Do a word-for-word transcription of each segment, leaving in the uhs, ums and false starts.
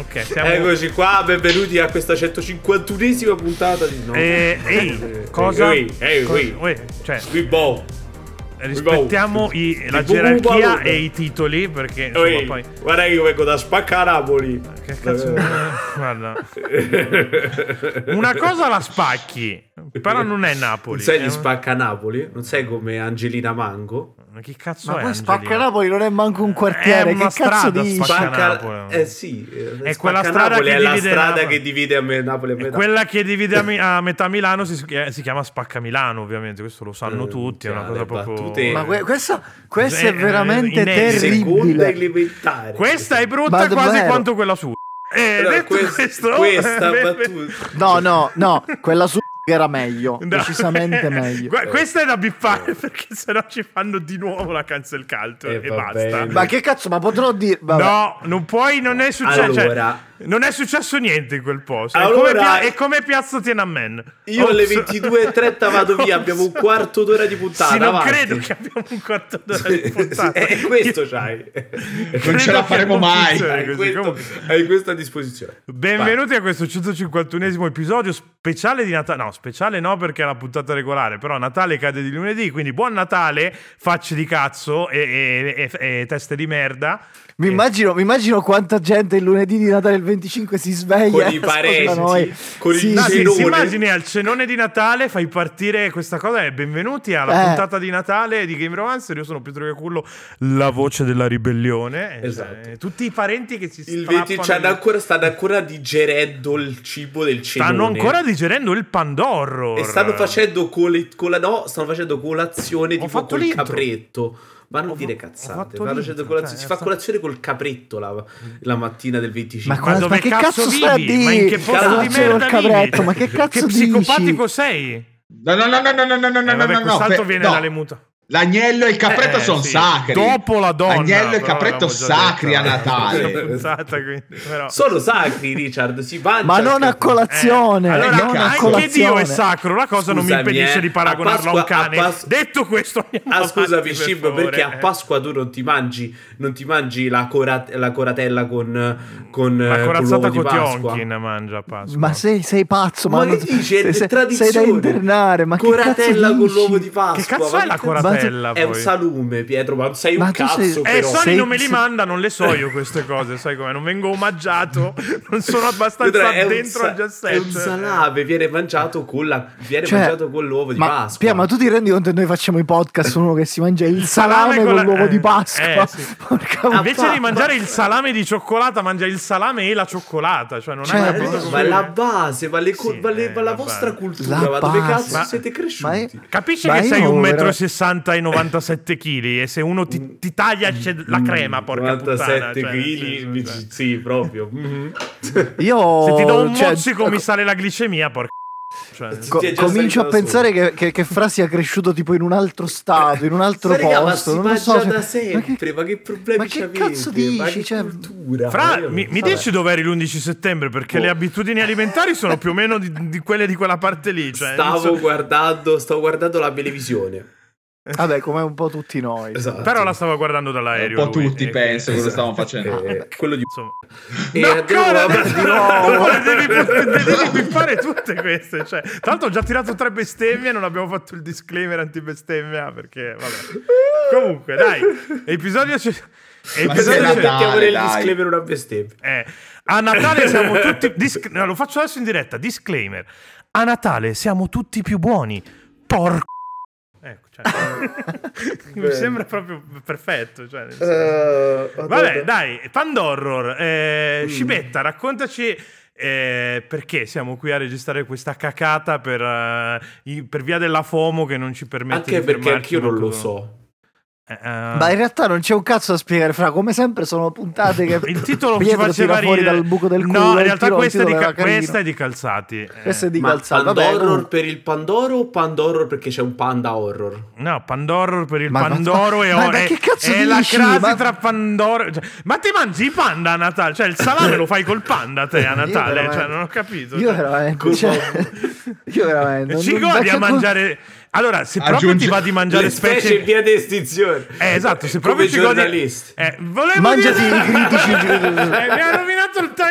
Ok, siamo... Eccoci qua, benvenuti a questa centocinquantunesima puntata di no. Eh, ehi, cosa? Ehi, ehi, Co- ehi. uè, cioè, We bow. rispettiamo i- la gerarchia e i titoli, perché insomma Ehi, poi... guarda che io vengo da Spacca Napoli. Che cazzo... Guarda. Una cosa la spacchi, però non è Napoli. Non sei è di un- Spacca Napoli? Non sei come Angelina Mango? Ma che cazzo Ma è poi Angelina? Spacca Napoli non è manco un È quartiere. una Che cazzo strada, dici? Spacca Napoli. Eh sì, È Spacca quella strada Napoli che è la divide strada Napoli. che divide a me Napoli a metà. Quella che divide a, Mi- a metà Milano si, si chiama Spacca Milano, ovviamente, questo lo sanno Eh, tutti, è una chiaro, cosa proprio... battute- Ma que- questa, questa Eh, è veramente inedito. Seconda terribile. elementare. Questa è brutta Ma quasi davvero? quanto quella su. Eh, Però detto quest- questo, questa eh, battuta. No, no, no, quella su era meglio, no. decisamente meglio. Gu- Questa è da bippare perché sennò ci fanno di nuovo la cancel culture Eh, e va basta. bene. Ma che cazzo, ma potrò dire... vabbè. No, non puoi, non è successo. cioè, Allora. non è successo niente in quel posto. È Allora- come, Pia- è come Piazza Tiananmen. Io alle Ops. ventidue e trenta vado via, abbiamo un quarto d'ora di puntata. Sì, non avanti. credo che abbiamo un quarto d'ora di puntata. E questo c'hai. Credo ce la che faremo non mai. funzioni Hai così. questo, Comunque, hai questo a disposizione. benvenuti a questo centocinquantunesimo episodio speciale di Natale. No, speciale no, perché è la puntata regolare. Però Natale cade di lunedì, quindi buon Natale, facce di cazzo e, e- e- e teste di merda. Mi E- immagino, mi immagino quanta gente il lunedì di Natale il venticinque si sveglia Con e i ascolta parenti, noi. con il Sì, No, sì, sì, cenone. si immagini al cenone di Natale, fai partire questa cosa e benvenuti alla Eh. puntata di Natale di Game Romancer. Io sono Pietro Iacullo, la voce della ribellione. Esatto. Eh, tutti i parenti che si Il strappano venti stanno ancora, stanno ancora digerendo il cibo del cenone. stanno ancora digerendo il Pandorro. E stanno facendo cole- cola- no, stanno facendo colazione tipo fatto col l'intro. capretto. Ma non Ho dire fa- ho cazzate. fatto Stanno facendo l'intro, colazione- cioè, si fa sta- colazione col capretto la, la mattina del venticinque. Ma Ma cosa- dove che cazzo, cazzo stai a vivi? dire? Ma in che posto Cazzo di c'è merda il capretto, vivi? ma che cazzo Che psicopatico dici? sei? No, no, no, no, no, no, no, no, Eh, vabbè, no, no, quest'altro fe- viene no. dalle muta. L'agnello e il capretto Eh, sono sì. sacri. Dopo la donna. Agnello e il però capretto l'avevamo già sacri detto, a Natale. questa puntata, quindi, però. Sono sacri, Richard. Si mangia. Ma non a il- colazione. Eh, allora, non a anche colazione. Dio è sacro, la cosa non mi Scusami, impedisce eh, di paragonarlo a, a un Pasqua- cane. a Pas- Detto questo, andiamo Ah, scusami, avanti, per Scim, favore. perché a Pasqua tu non ti mangi, non ti mangi la, cora- la coratella con, con, La eh, con corazzata l'uovo di Pasqua. Cotionkin mangia a Pasqua. Ma sei, sei pazzo, Ma ma, che non- dice? È sei, tradizione. sei da internare, ma che coratella cazzo con dici? l'uovo di Pasqua. Che cazzo ma è la che- coratella? È un poi? salume, Pietro, ma non sei Ma un tu sei- cazzo Eh, però. Sony sei- non me li sei- manda, non le so io queste cose, sai come? Non vengo omaggiato, non sono abbastanza Vedrai, è un dentro sa- al jet set. È un salame, viene mangiato con la viene Cioè, mangiato con l'uovo di ma, Pasqua. Pia, ma tu ti rendi conto che noi facciamo i podcast uno che si mangia il salame, salame con, con la- l'uovo eh, di Pasqua? eh, sì. Porca Invece puttana. di mangiare il salame di cioccolata, mangia il salame e la cioccolata. Cioè, non Cioè, hai Ma, capito no, come- ma è la base, ma, le co- Sì, ma le- eh, ma la la vostra base. cultura, La ma dove base. cazzo Ma- siete cresciuti? ma è- Capisci Ma che io sei un metro e vera- sessanta e novantasette chili e se uno ti, ti taglia c'è la crema, porca puttana. novantasette cioè, chili, nel senso, cioè. sì, proprio. Mhm. Io Se ti do un cioè, mozzico mi sale la glicemia, porca. Cioè, co- Ti è già comincio a salito da pensare che, che, che Fra sia cresciuto tipo in un altro stato, in un altro Ma raga, ma posto. si non lo so, mangia cioè- da ma che- sempre, ma che problemi ma che c'avete? cazzo dici? Ma che Cioè, cultura? Fra, Io- mi, mi vabbè. dici dove eri l'undici settembre? Perché Oh. le abitudini alimentari sono più o meno di, di quelle di quella parte lì. Cioè, Stavo inizio- guardando, stavo guardando la televisione. Vabbè, come un po' tutti noi. Esatto. Però la stavo guardando Un dall'aereo. po' lui, tutti e- penso che lo Esatto. stavano facendo. Eh, quello di Insomma. E No, andiamo ancora, avanti devi, di nuovo. no, devi, devi, devi pippare tutte queste. Cioè, tra l'altro ho già tirato tre bestemmie e non abbiamo fatto il disclaimer anti-bestemmia perché, vabbè. Comunque, dai, episodio... c- Ma episodio sei c- Natale, mettiamo nel dai. disclaimer una bestemmia. eh, a Natale siamo tutti... dis- no, lo faccio adesso in diretta, disclaimer. A Natale siamo tutti più buoni. Porco... Ecco, cioè, mi Bene. sembra proprio perfetto. Cioè, nel senso- Uh, Vabbè, dai, Pandorror, eh, Mm. Scibetta, raccontaci eh, perché siamo qui a registrare questa cacata per, eh, i- per via della FOMO che non ci permette Anche di perché fermarci anch'io non lo manco- so. Eh, eh, Ma in realtà non c'è un cazzo da spiegare, Fra. Come sempre sono puntate che il titolo ci Pietro faceva tira fuori ridere. dal buco del culo. No, in il realtà tiro- il questa è, di titolo ca- era carino. questa è di calzati. Eh, Questa è di Ma calzata. Vabbè, Pandorror comunque. per il Pandoro o Pandorror perché c'è un panda horror? No, Pandorror per il Ma- ma- Pandoro e ma- o- ma è, che cazzo è la dici? crasi Ma- tra Pandoro. Cioè, ma ti mangi i panda a Natale? Cioè, il salame lo fai col panda te a Io Natale? veramente- Cioè, non ho capito. Io cioè. veramente, cioè, io veramente. Ci non- godi da a che- mangiare. Allora, se proprio Aggiungi- ti va di mangiare Le specie in specie. via di estinzione. Eh, esatto, se Come proprio ci godi. giornalisti. Eh, volevo Mangiati dire- i critici. Eh, mi ha rovinato il timing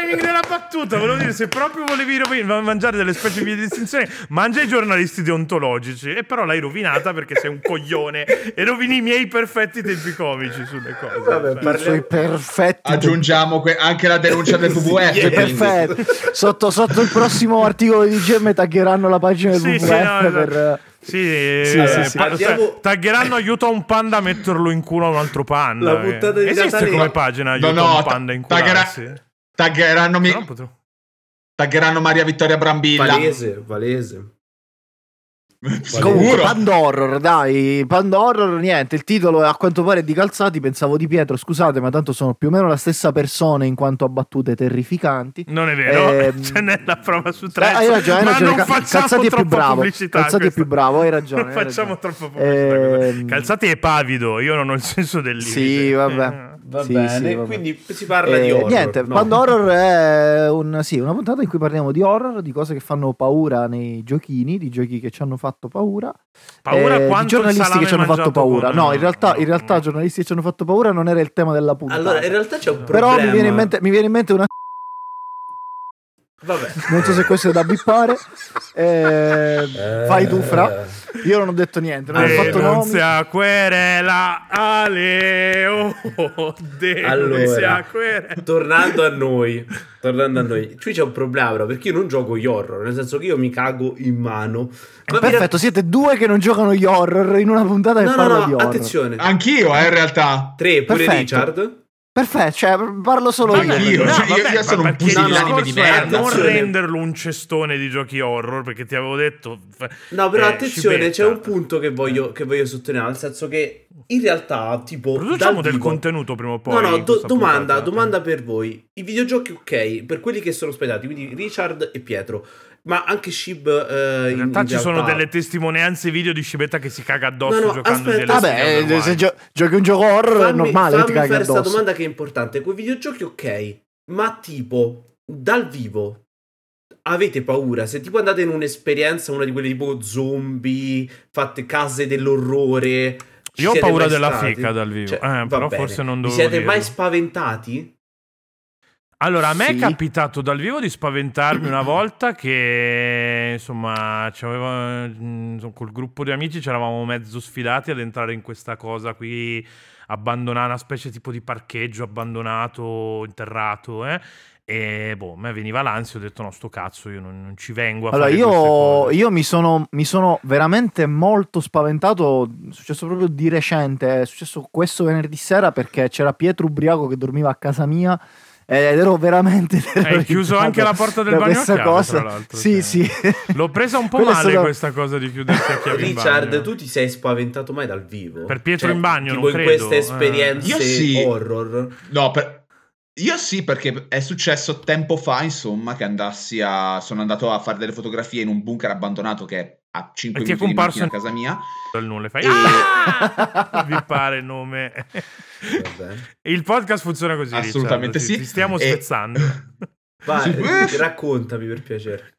timing della battuta, volevo dire, se proprio volevi rovin- mangiare delle specie di distinzione, mangia i giornalisti deontologici, e però l'hai rovinata perché sei un coglione e rovini i miei perfetti tempi comici sulle cose. Vabbè, Cioè, I suoi perfetti Aggiungiamo que- anche la denuncia del W W F. Sì, quindi. perfetto. Sotto, sotto il prossimo articolo di G M taggeranno la pagina del Sì, W W F sì, no, esatto. per... Sì, Sì, eh, sì, sì. pa- Andiamo- taggeranno aiuto a un panda a metterlo in culo a un altro panda. La puntata eh. di Esiste Natale- come pagina No, aiuto no, a un ta- panda in taggerà- cularsi? Taggeranno, mi- Però potrò- taggeranno Maria Vittoria Brambilla. Valese, Valese. Comunque, Sicuro? Pandorror, dai, Pandorror, niente, il titolo a quanto pare è di Calzati, pensavo di Pietro, scusate, ma tanto sono più o meno la stessa persona in quanto a battute terrificanti. Non è vero, Ehm, ce n'è la prova su Eh, tre. hai ragione, hai Ma ragione. non Ca- facciamo Calzati è più troppa bravo. pubblicità. Calzati è questa- più bravo, hai ragione, Non hai facciamo ragione. troppa pubblicità. Ehm, Calzati è pavido, io non ho il senso del limite. Sì, vabbè. Eh. Va Sì, bene, sì, vabbè. quindi si parla Eh, di horror. niente, no? Pandorror è un, sì, una puntata in cui parliamo di horror, di cose che fanno paura nei giochini, di giochi che ci hanno fatto paura. Paura eh, di quanto il giornalisti salame che ci hanno fatto mangiato paura. con- No, in realtà, in realtà no. giornalisti che ci hanno fatto paura non era il tema della puntata. Allora, in realtà c'è un problema. Però mi viene in mente, mi viene in mente una... Vabbè. Non so se questo è da bippare. Eh, fai tu, Fra. Io non ho detto niente, non ho fatto nomi. Denunzia querela Ale oh, denunzia Allora, querela. tornando a noi, tornando a noi, qui c'è un problema, però, perché io non gioco gli horror, nel senso che io mi cago in mano. Ma mi Perfetto, siete due che non giocano gli horror in una puntata che ra- No, parla no, di no, horror. attenzione. Anch'io, eh, in realtà. Tre, pure Perfetto. Richard. Perfetto, cioè parlo solo Vabbè, io. Anch'io, no, cioè, io- vabbè, io sono ma un perché il pusillanime di discorso era merda. non Attenzione. renderlo un cestone di giochi horror, perché ti avevo detto f- No, però eh, attenzione, scibetta. c'è un punto che voglio, che voglio sottolineare, nel senso che in realtà, tipo, Produciamo dal del vivo- contenuto prima o poi. No, no, in do- questa domanda, puntata. domanda per voi. I videogiochi, ok, per quelli che sono ospitati, quindi Richard e Pietro, ma anche Shib. eh, In realtà in ci sono realtà- delle testimonianze video di Scibetta che si caga addosso No, no, giocando aspetta. in Destiny Vabbè, eh, Overwatch. se gio- giochi un gioco horror è Fammi, normale che ti fammi caghi fare questa addosso. domanda che è importante. Quei videogiochi, ok, ma tipo, dal vivo avete paura? Se tipo andate in un'esperienza, una di quelle tipo zombie, fatte case dell'orrore. ci Io ho siete paura mai della stati? fica dal vivo, Cioè, eh, va però bene. forse non Vi dovevo siete mai dirlo. spaventati? Allora, a me Sì. è capitato dal vivo di spaventarmi una volta che, insomma, c'aveva, mh, col gruppo di amici ci eravamo mezzo sfidati ad entrare in questa cosa qui, abbandonata, una specie tipo di parcheggio abbandonato, interrato, eh? E boh, a me veniva l'ansia, ho detto no, sto cazzo, io non, non ci vengo a Allora, fare queste io, cose. io mi, sono, mi sono veramente molto spaventato. È successo proprio di recente. È successo questo venerdì sera perché c'era Pietro ubriaco che dormiva a casa mia. Ed ero veramente Hai terrorizzato chiuso anche la porta del da bagno a questa chiave, cosa. tra l'altro. Sì, cioè. sì. L'ho presa un po' Quello è male stato- questa cosa di chiudersi a chiave in Richard, bagno. tu ti sei spaventato mai dal vivo? Per Pietro Cioè, in bagno, tipo non in credo. queste esperienze Io sì. horror. No, per- io sì, perché è successo tempo fa, insomma, che andassi a... Sono andato a fare delle fotografie in un bunker abbandonato che è a cinque E ti è minuti di comparso macchina a casa mia. Dal nulla fai E- ah! Vi pare il nome. Va bene. Il podcast funziona così, Assolutamente Ricciardo, ti- sì. Ti stiamo E- spezzando. Vai, Sì. raccontami per piacere.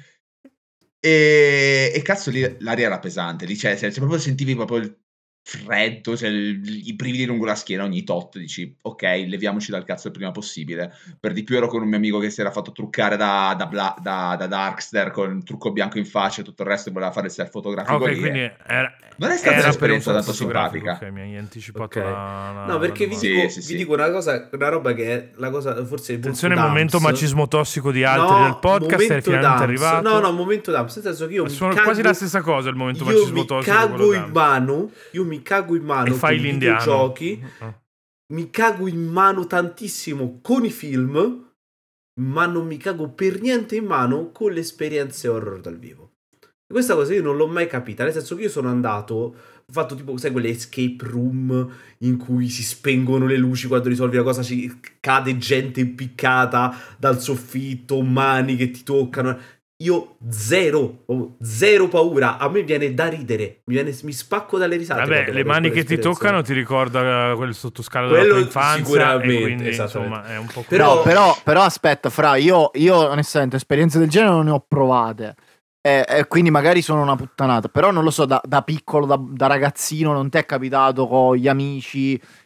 E, e cazzo lì l'aria era pesante, lì c'è, c'è, c'è proprio sentivi proprio il freddo, cioè il- i brividi lungo la schiena ogni tot, dici ok, leviamoci dal cazzo il prima possibile. Per di più ero con un mio amico che si era fatto truccare da, da, Bla- da, da Darkster con il trucco bianco in faccia e tutto il resto e voleva fare il self fotografico Ok, lì, quindi eh. era, Non è stata era un'esperienza per un tanto fotografico, simpatica. ok, mi hai anticipato Ok. la, la- No, perché vi, la- Sì, dico, sì, vi sì. dico una cosa, una roba che è la cosa forse Attenzione, molto momento dumps. macismo tossico di altri No, del podcast, è momento finalmente dumps. arrivato. No, no, momento dumps, nel senso che io Sono mi cago, quasi la stessa cosa il momento io macismo mi tossico. quello cago in dumps. mano, io mi cago in mano E fai con i l'indiano. videogiochi, Ah. mi cago in mano tantissimo con i film, ma non mi cago per niente in mano con le esperienze horror dal vivo. Questa cosa io non l'ho mai capita, nel senso che io sono andato, ho fatto tipo, sai, quelle escape room in cui si spengono le luci quando risolvi la cosa, ci cade gente impiccata dal soffitto, mani che ti toccano. Io zero, ho zero paura, a me viene da ridere, mi, viene, mi spacco dalle risate. Vabbè, quando le vedo mani quelle che ti esperienze. toccano ti ricorda quel sottoscala Quello della tua infanzia sicuramente, e quindi esattamente. insomma è un po' Però- No, però, però aspetta, Fra, io, io onestamente esperienze del genere non ne ho provate. E, e quindi magari sono una puttanata. Però non lo so, da, da piccolo, da, da ragazzino, non ti è capitato con gli amici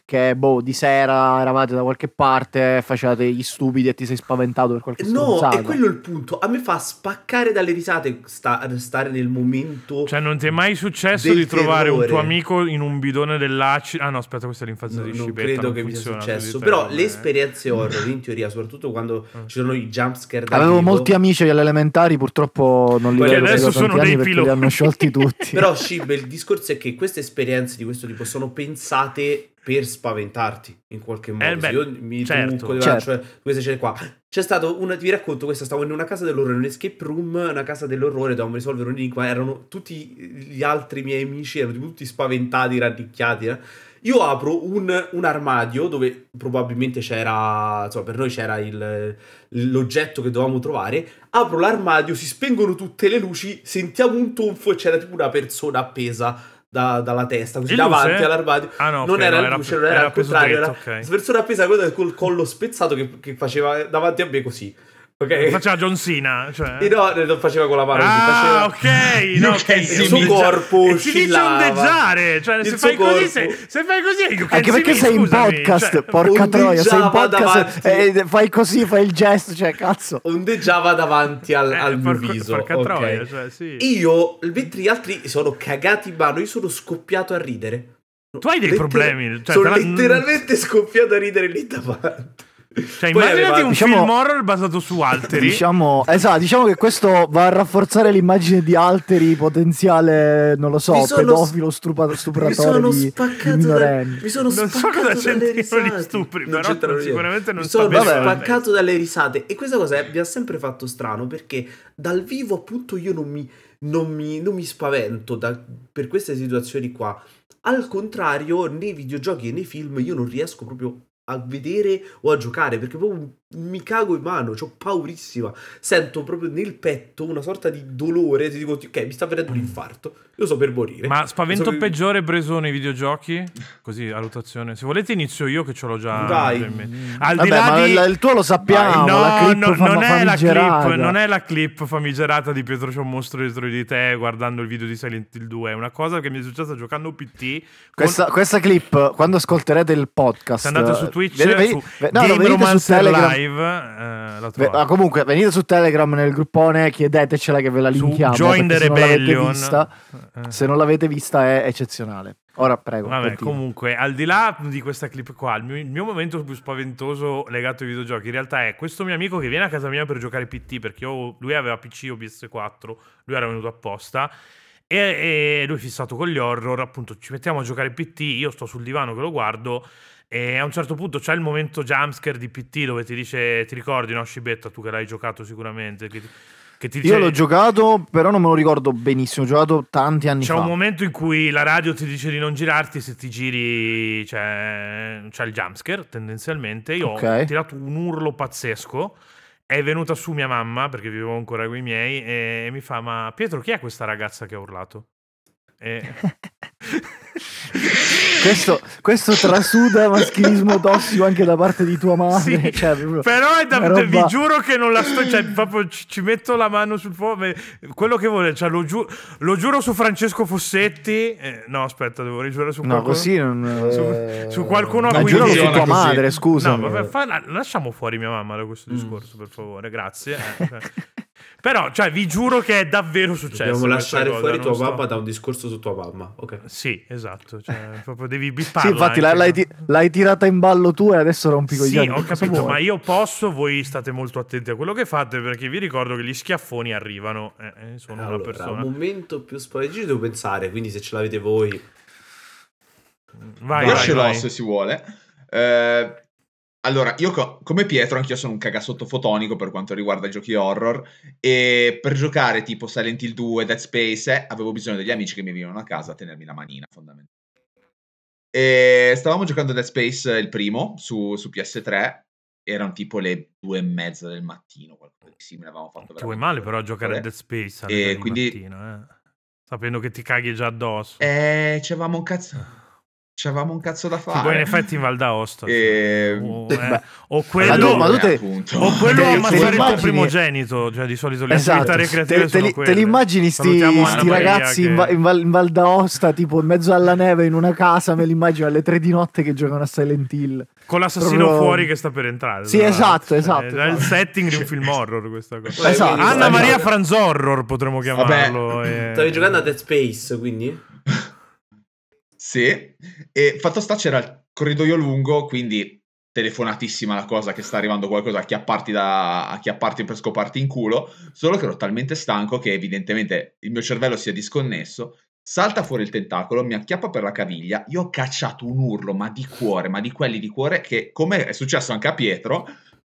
perché boh, di sera eravate da qualche parte, facevate gli stupidi e ti sei spaventato per qualche No, stronzata. è quello il punto. A me fa spaccare dalle risate sta- stare nel momento. Cioè, non ti è mai successo del di trovare un terrore. tuo amico in un bidone dell'acido? Ah no, aspetta, questa è l'infanzia No, di non Scibetta. credo non che mi sia funziona su successo. di te, Però vabbè. le esperienze horror, in teoria, soprattutto quando ci sono i jumpscare dal Avevo vivo. molti amici alle elementari, purtroppo non li Poi vedo più adesso da tanti sono anni dei perché li piloti. hanno sciolti tutti. Però Scib, il discorso è che queste esperienze di questo tipo sono pensate per spaventarti in qualche modo. Eh, beh, Se io mi certo. trucco, Certo. cioè, queste scene qua. C'è stato una, vi racconto questa, stavo in una casa dell'orrore, in un escape room, una casa dell'orrore, dovevamo risolvere un enigma, erano tutti gli altri miei amici, erano tutti spaventati, radicchiati, eh. Io apro un, un armadio dove probabilmente c'era, insomma, per noi c'era il, l'oggetto che dovevamo trovare. Apro l'armadio, si spengono tutte le luci, sentiamo un tonfo e c'era tipo una persona appesa da- dalla testa, così Il davanti luce? all'armadio. Ah, no, non ok, era no, il luce, non era era al appeso contrario, dritto, era ok. questa persona appesa con- col collo spezzato che, che faceva davanti a me così. Ok? Faceva John Cena, cioè. E no, non faceva con la mano, si Ah, faceva... ok, no, You ok. can il see suo me. corpo E si dice oscillava. ondeggiare, cioè Il se suo fai così, corpo. se, se fai così, you can Anche see perché me, sei in scusami, podcast, cioè, porca troia, sei in ondeggiava podcast davanti. e fai così, fai il gesto, cioè cazzo. ondeggiava davanti al, eh, al mio porco- viso. porca ok? troia, cioè, sì. Io, mentre gli altri sono cagati in mano, io sono scoppiato a ridere. Tu hai dei Letter- problemi, cioè, sono te la- letteralmente scoppiato a ridere lì davanti. Cioè, Poi immaginati aveva- un diciamo- film horror basato su alteri. Diciamo, esatto, diciamo che questo va a rafforzare l'immagine di alteri, potenziale, non lo so, Mi sono- pedofilo, stupa- Mi stupratore sono di, di spaccato da, minorenni. mi sono Non so spaccato cosa dalle c'entrino gli risate. stupri, Non però c'entrano niente. sicuramente non mi sta sono bene alla spaccato dalle risate. E questa cosa mi ha sempre fatto strano, perché dal vivo appunto io non mi, non mi, non mi spavento da- per queste situazioni qua. Al contrario, nei videogiochi e nei film io non riesco proprio a vedere o a giocare, perché proprio mi cago in mano, c'ho paurissima, sento proprio nel petto una sorta di dolore, ti dico ok, mi sta venendo un infarto, io so per morire. Ma spavento So che- peggiore preso nei videogiochi? Così a rotazione. Se volete inizio io che ce l'ho già Dai. in mente. Al Vabbè, di là ma di... il, il tuo lo sappiamo, no, la clip no, fam- non, è la famigerata. clip, non è la clip famigerata di Pietro c'è un mostro dietro di te guardando il video di Silent Hill due, è una cosa che mi è successa giocando P T. con- Questa, questa clip, quando ascolterete il podcast, Se andate su Twitch, ve- ve- su ve- no, no, Game venite su Romancer Telegram. Live, eh, la Ve- trovate. ah, comunque, venite su Telegram nel gruppone, chiedetecela che ve la Su linkiamo. Join perché the se non l'avete Rebellion. vista, Eh. se non l'avete vista è eccezionale. Ora prego. Vabbè, continua. comunque, al di là di questa clip qua, il mio, il mio momento più spaventoso legato ai videogiochi in realtà è questo mio amico che viene a casa mia per giocare P T, perché io- lui aveva P C o P S quattro, lui era venuto apposta e, e lui è fissato con gli horror, appunto ci mettiamo a giocare P T, io sto sul divano che lo guardo e a un certo punto c'è il momento jumpscare di P T dove ti dice, ti ricordi, no Scibetta, tu che l'hai giocato sicuramente, che ti, che ti dice... Io l'ho giocato, però non me lo ricordo benissimo. Ho giocato tanti anni C'è fa. un momento in cui la radio ti dice di non girarti, se ti giri c'è, c'è il jumpscare tendenzialmente. Io Ok. ho tirato un urlo pazzesco, è venuta su mia mamma, perché vivevo ancora con i miei, e mi fa, ma Pietro, chi è questa ragazza che ha urlato? E... questo, questo trasuda maschilismo tossico anche da parte di tua madre. Sì, cioè, proprio però è da, una roba- vi giuro che non la sto, cioè proprio ci, ci metto la mano sul fuoco, beh, quello che vuole, cioè, lo, giu- lo giuro su Francesco Fossetti, eh, no aspetta, devo rigiurare su No, qualcuno. così non... Su, su qualcuno a Ma cui giuralo su funziona tua così. madre, scusa. No, vabbè, fa- lasciamo fuori mia mamma da questo discorso, per favore, grazie. eh, cioè. Però, cioè, vi giuro che è davvero successo. Dobbiamo questa lasciare cosa, fuori non tua sto- mamma da un discorso su tua mamma. Ok. Sì, esatto, cioè, proprio devi Sì, bipparla. infatti anche, l'hai, no? ti- l'hai tirata in ballo tu e adesso rompi coi Sì, giorni. ho Cosa capito, vuoi? ma io posso, voi state molto attenti a quello che fate, perché vi ricordo che gli schiaffoni arrivano. Eh, eh, sono una Allora, persona. un momento più spaventino devo pensare, quindi se ce l'avete voi... Vai, Io vai, ce l'ho vai. se si vuole. Eh, allora, io co- come Pietro, anch'io sono un cagasotto fotonico per quanto riguarda i giochi horror. E per giocare tipo Silent Hill due, Dead Space, eh, avevo bisogno degli amici che mi venivano a casa a tenermi la manina, fondamentalmente. E stavamo giocando Dead Space il primo su, su P S tre. Erano tipo le due e mezza del mattino, qualcosa di simile. Avevamo fatto Ti vuoi veramente male però a ore. giocare a Dead Space alle E tre di quindi- mattino, eh? Sapendo che ti caghi già addosso. Eh, c'avevamo un cazzo. c'avevamo un cazzo da fare. Poi in effetti in Val d'Aosta E... o, eh, Beh, o quello, ma tu te- appunto. o quello te- ammazzare te il tuo immagini- primogenito, cioè di solito le Esatto. attività ricreative te, te, sono li, quelle. te li immagini sti, Salutiamo Anna sti Maria ragazzi che- in, Va- in Val, in Val d'Aosta, tipo in mezzo alla neve in una casa, me li immagino alle tre di notte che giocano a Silent Hill. con l'assassino proprio- fuori che sta per entrare. Sì, tra esatto, l'altro. esatto, È il esatto. setting di un film horror questa cosa. Vabbè, Esatto. quindi Anna stavi- Maria Franz Horror potremmo chiamarlo. e- Stavi giocando a Dead Space, quindi? Sì, e fatto sta c'era il corridoio lungo, quindi telefonatissima la cosa che sta arrivando qualcosa a chiapparti, da, a chiapparti per scoparti in culo, solo che ero talmente stanco che evidentemente il mio cervello si è disconnesso, salta fuori il tentacolo, mi acchiappa per la caviglia, io ho cacciato un urlo, ma di cuore, ma di quelli di cuore, che come è successo anche a Pietro,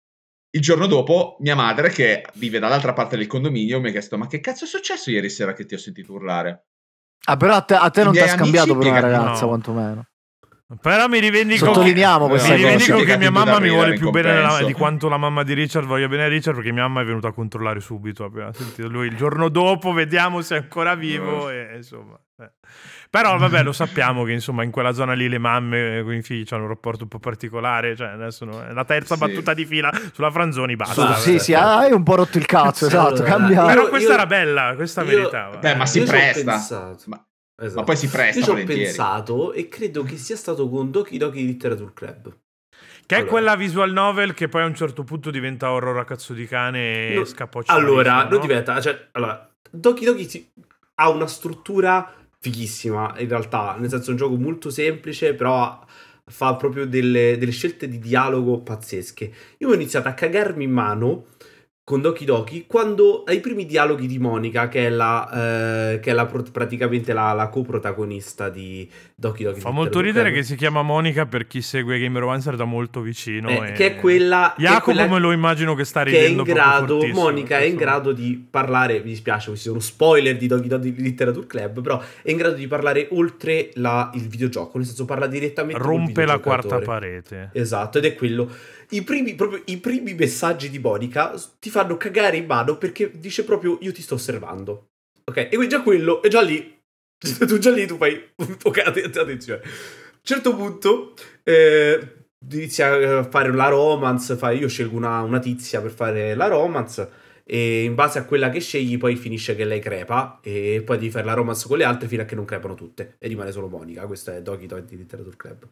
il giorno dopo mia madre, che vive dall'altra parte del condominio, mi ha chiesto ma che cazzo è successo ieri sera che ti ho sentito urlare? Ah, però a te, a te I non ti miei ha scambiato amici per una piegati- ragazza, no. quantomeno. Però mi rivendico Sottolineiamo che, questa mi cosa. rivendico Sì, che mia capito mamma da mi ridere vuole in più bene della- compenso. di quanto la mamma di Richard voglia bene a Richard, perché mia mamma è venuta a controllare subito appena sentito lui il giorno dopo, vediamo se è ancora vivo e insomma eh. Però vabbè, lo sappiamo che insomma in quella zona lì le mamme con i figli hanno un rapporto un po' particolare, cioè adesso no, è la terza Sì. battuta di fila sulla Franzoni, basta. Su- sì, sì, hai un po' rotto il cazzo, esatto, Allora, cambia. Però Io- questa io- era bella, questa io- meritava. Beh, ma si Io ci ho presta. pensato. Ma, Esatto. ma poi si presta Io ci ho volentieri. pensato e credo che sia stato con Doki Doki Literature Club. Che è Allora. quella visual novel che poi a un certo punto diventa horror a cazzo di cane e No, scappoccia. Allora, malissimo, non no? diventa, cioè, allora, Doki Doki si- ha una struttura fighissima, in realtà, nel senso è un gioco molto semplice, però fa proprio delle, delle scelte di dialogo pazzesche. Io ho iniziato a cagarmi in mano con Doki Doki quando ai primi dialoghi di Monica, che è la, eh, che è la pro- praticamente la, la coprotagonista di Doki Doki. Fa molto ridere che si chiama Monica per chi segue Game Romancer da molto vicino. Eh, e- che è quella che è Jacopo quella me lo immagino che sta che è in ridendo proprio grado, fortissimo, Monica è in insomma. grado di parlare, mi dispiace questi sono spoiler di Doki Doki Literature Club, però è in grado di parlare oltre la- il videogioco, nel senso parla direttamente col Rompe la quarta videogiocatore. parete. Esatto, ed è quello. I primi, proprio, i primi messaggi di Monica ti fanno cagare in mano perché dice proprio io ti sto osservando. Ok? E quindi già quello, e già lì, tu già lì tu fai, ok, att- attenzione. A un certo punto eh, inizia a fare la romance, fai, io scelgo una, una tizia per fare la romance e in base a quella che scegli poi finisce che lei crepa e poi devi fare la romance con le altre fino a che non crepano tutte e rimane solo Monica. Questo è Doki Doki Literature Club.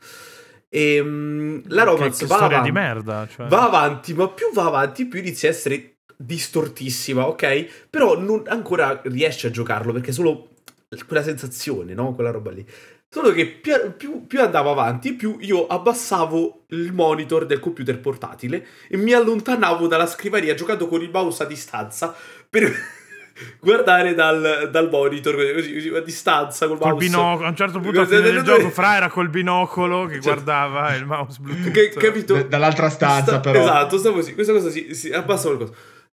E um, la romance che, che va storia avanti, di merda. Cioè. va avanti, ma più va avanti più inizia a essere distortissima, ok? Però non ancora riesce a giocarlo perché solo quella sensazione, no? Quella roba lì. Solo che più, più, più andavo avanti, più io abbassavo il monitor del computer portatile e mi allontanavo dalla scrivania giocando con il mouse a distanza per guardare dal, dal monitor così, così a distanza col, Col mouse. binocolo. A un certo punto a fine del gioco Fra era col binocolo che guardava il mouse Bluetooth. Che, capito? D- dall'altra stanza, Sta- però. Esatto, sta così. Questa cosa si, si abbassa qualcosa.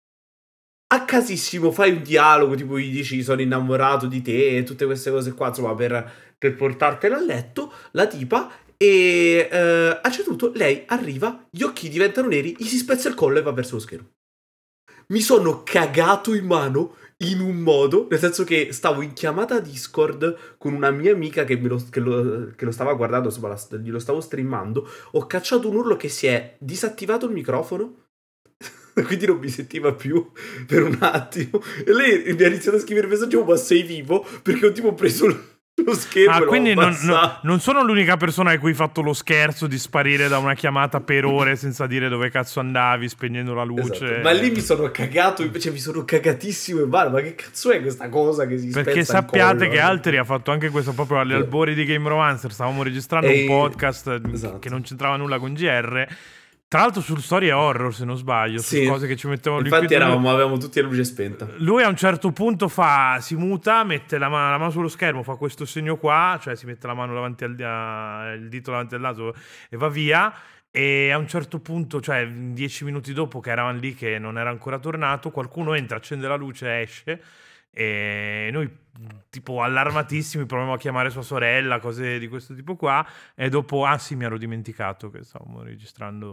A casissimo fai un dialogo, tipo gli dici sono innamorato di te e tutte queste cose qua, insomma, per, per portartela a letto, la tipa, e eh, a un certo punto lei arriva, gli occhi diventano neri, gli si spezza il collo e va verso lo schermo. Mi sono cagato in mano in un modo, nel senso che stavo in chiamata Discord con una mia amica che, me lo, che, lo, che lo stava guardando, insomma, la, glielo stavo streamando, ho cacciato un urlo che si è disattivato il microfono, quindi non mi sentiva più per un attimo, e lei mi ha iniziato a scrivere messaggi, oh, ma sei vivo? Perché ho tipo preso lo schermo Ah, e l'ho quindi non, abbassato. non- non sono l'unica persona a cui hai fatto lo scherzo di sparire da una chiamata per ore senza dire dove cazzo andavi, spegnendo la luce. Esatto. Ma lì mi sono cagato, invece mi sono cagatissimo in mano. Ma che cazzo è questa cosa che si spezza Perché il sappiate collo? che Alteri ha fatto anche questo proprio agli albori di Game Romancer. Stavamo registrando E- un podcast esatto. che non c'entrava nulla con G R. Tra l'altro su storie horror, se non sbaglio, Sì. su cose che ci mettevano lì. Infatti qui dentro. eravamo, avevamo tutti la luce spenta. Lui a un certo punto fa, si muta, mette la, ma- la mano sullo schermo, fa questo segno qua, cioè si mette la mano davanti al a- il dito davanti al naso e va via. E a un certo punto, cioè dieci minuti dopo che eravamo lì, che non era ancora tornato, qualcuno entra, accende la luce, esce. E noi, tipo, allarmatissimi, proviamo a chiamare sua sorella, cose di questo tipo qua. E dopo, ah sì, mi ero dimenticato che stavamo registrando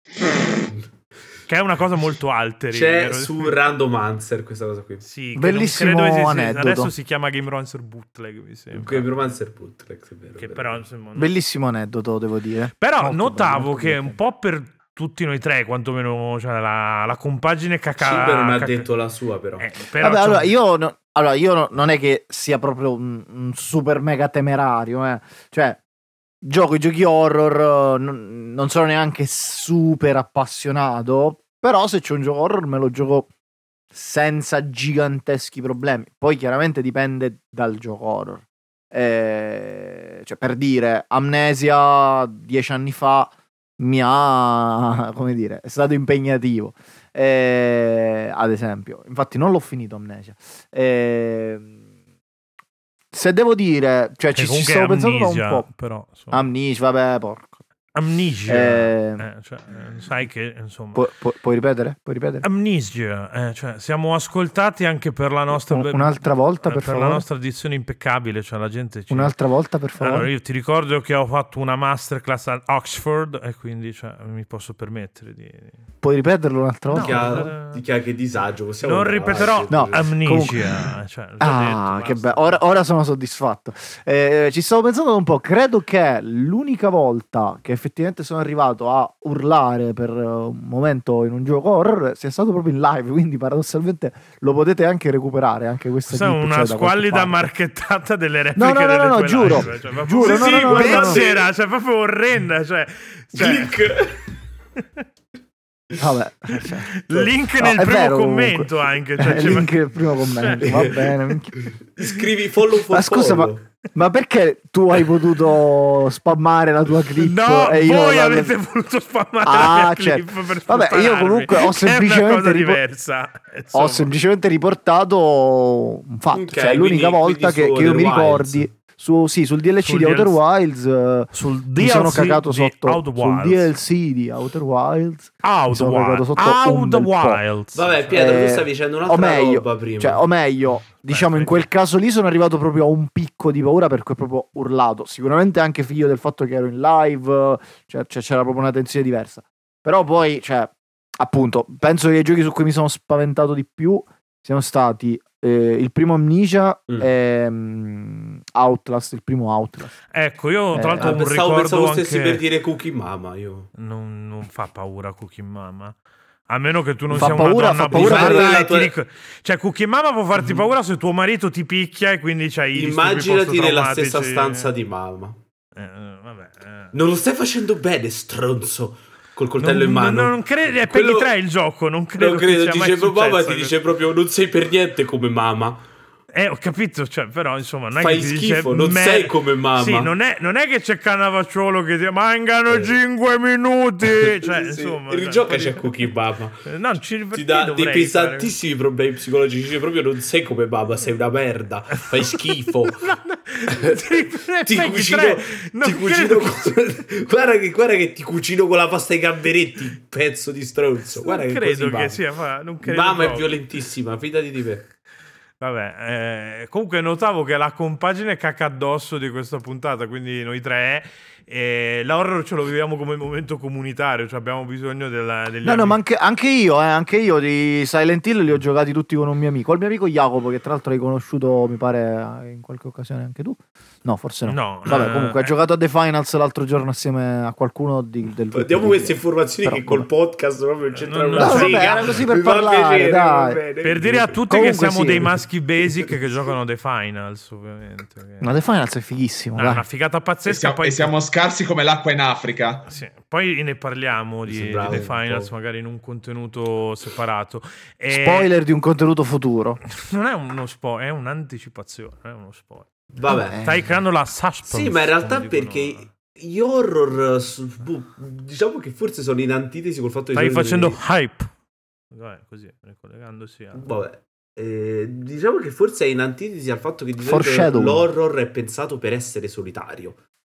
Che è una cosa molto alteri. C'è vero? su Randomancer questa cosa qui. Sì, che Bellissimo non credo esista. aneddoto. Adesso si chiama Game Rancer Bootleg, mi sembra. Game Romancer Bootleg, è vero. Che vero. però, insomma, non- Bellissimo aneddoto, devo dire. Però Molto notavo bello, molto che un divertente. po' per tutti noi tre, quantomeno, cioè la, la compagine cacà. Ciber non ha caca- detto la sua, però. Eh, però Vabbè, c'ho- allora io, no- allora io no- non è che sia proprio un, un super mega temerario, eh. Cioè, gioco i giochi horror, eh, non, non sono neanche super appassionato, però se c'è un gioco horror me lo gioco senza giganteschi problemi. Poi chiaramente dipende dal gioco horror. Eh, cioè, per dire, Amnesia dieci anni fa mi ha, come dire, è stato impegnativo. Eh, ad esempio, infatti non l'ho finito Amnesia. Eh, se devo dire, cioè che ci, ci comunque stavo è pensando da un Amnesia, po'. però, insomma. Amnesia, vabbè, porco. Amnesia. Eh, Eh, cioè, eh, sai che, insomma... Pu- pu- puoi ripetere? Puoi ripetere? Amnesia, eh, cioè, siamo ascoltati anche per la nostra Un- un'altra volta, per per favore. la nostra edizione impeccabile, cioè la gente ci... Un'altra volta, per favore. Allora, io ti ricordo che ho fatto una masterclass a Oxford e quindi cioè, mi posso permettere di... Puoi ripeterlo un'altra No, volta? Dichiara, eh, dichiara che disagio. Possiamo non andare ripeterò avanti? No, Amnesia. Cioè, l'ho già Ah, detto, che basta. bello. Ora, ora sono soddisfatto. Eh, ci stavo pensando da un po'. Credo che l'unica volta che effettivamente sono arrivato a urlare per eh, un momento in un gioco horror sia stato proprio in live. Quindi, paradossalmente, lo potete anche recuperare. Anche questa Questa è clip una c'è da qualche squallida parte. marchettata delle repliche No, no, no, delle no, no, tue giuro. live, cioè, proprio- Giuro, sì, no, sì, no, no, no, no, no. becera, cioè proprio orrenda, cioè, cioè- Click. Vabbè, cioè, link no, nel è primo vero, commento comunque. anche, cioè, Eh, cioè, link ma- nel primo commento. cioè- Va bene. minchia. Scrivi follow for Ma scusa, ma, follow. ma perché tu hai potuto spammare la tua clip? No, e io voi la- avete voluto spammare Ah, la mia certo. clip per Vabbè, io sputtanarmi, comunque ho che è semplicemente una cosa ripo- diversa, Ho insomma. semplicemente riportato un fatto, Ok, cioè l'unica quindi- volta quindi che, su che io mi Outer ricordi Wilds. su, sì, sul D L C Sul di Outer D L C Wilds eh, sul mi sono D L C cagato di sotto Outer sul Wilds. D L C di Outer Wilds mi Outer sono cagato Wilds. sotto un Outer bel po'. Wilds. Vabbè, Pietro, Eh, tu stavi dicendo o un'altra meglio, roba prima. cioè, o meglio, diciamo in aspetta. quel caso lì sono arrivato proprio a un picco di paura perché ho proprio urlato. Sicuramente anche figlio del fatto che ero in live, cioè, cioè, c'era proprio una tensione diversa. Però poi, cioè, appunto, penso che i giochi su cui mi sono spaventato di più siano stati eh, il primo Amnesia Mm. e mm, Outlast, il primo Outlast. Ecco, io tra Eh, l'altro ho Ah, un pensavo, ricordo pensavo stessi anche... per dire Cookie Mama. Io. Non, non fa paura Cookie Mama. A meno che tu non Fa sia paura, una donna fa paura abusata per- e ti dico... Cioè, Cookie Mama può farti Mhm. paura se tuo marito ti picchia e quindi c'hai i disturbi Immaginati nella post-traumatici. stessa stanza di mamma. Eh, eh, vabbè, eh. Non lo stai facendo bene, stronzo. Col coltello Non- in mano. Non, non credo, è Quello- Peggy tre il gioco, non credo, Non credo, che sia mai dice proprio mamma, successo ti dice proprio non sei per niente come mamma. Eh, ho capito, cioè, però, insomma, non è Fai che ti schifo, dice, non sei come mamma. Sì, non è, non è che c'è Cannavacciuolo che ti mancano Eh. cinque minuti. Cioè, Sì, insomma, rigioca cioè, c'è Cookie Mama. Eh, No, ci Ti perché dà dei dovrei pesantissimi problemi psicologici. Dice proprio non sei come mamma, sei una merda. Fai schifo. fare- No, no, ti, Ti Peggy cucino, tre, non ti cucino credo che- con... guarda, che, guarda che ti cucino con la pasta ai gamberetti, pezzo di stronzo. Guarda non che credo così che mamma. sia fa- non credo Mamma è proprio. violentissima, fidati di me. Vabbè, eh, comunque notavo che la compagine cacca addosso di questa puntata, quindi noi tre, eh, l'horror ce lo viviamo come momento comunitario, cioè abbiamo bisogno della, degli No, no, amici. ma anche, anche io, eh, anche io di Silent Hill li ho giocati tutti con un mio amico. Il mio amico Jacopo, che tra l'altro hai conosciuto, mi pare, in qualche occasione anche tu. No, forse no. No, Vabbè, eh, comunque ha eh. giocato a The Finals l'altro giorno assieme a qualcuno di, del gruppo Diamo di- queste informazioni Però, che col vabbè. podcast proprio non c'entra No, una no, vabbè, sega. era così per Mi fa parlare, piacere, dai. va bene. Per dire a tutti Comunque che siamo sì. dei maschi basic che giocano The Finals, ovviamente. che- Ma The Finals è fighissimo, No, è dai. una figata E pazzesca. siamo, poi e siamo scarsi come l'acqua in Africa. Sì, poi ne parliamo di, Sì, di bravo, The un Finals, po'. magari in un contenuto separato. E Spoiler di un contenuto futuro. Non è uno spoiler, è un'anticipazione, non è uno spoiler. Vabbè. Eh. Stai creando la suspense. Sì, ma in realtà come dicono- perché gli horror su- boh, diciamo che forse sono in antitesi col fatto di Stai solito facendo venire- hype. Vabbè, così, ricollegandosi a... Vabbè. Eh, diciamo che forse è in antitesi al fatto che di solito Foreshadowing. l'horror è pensato per essere solitario.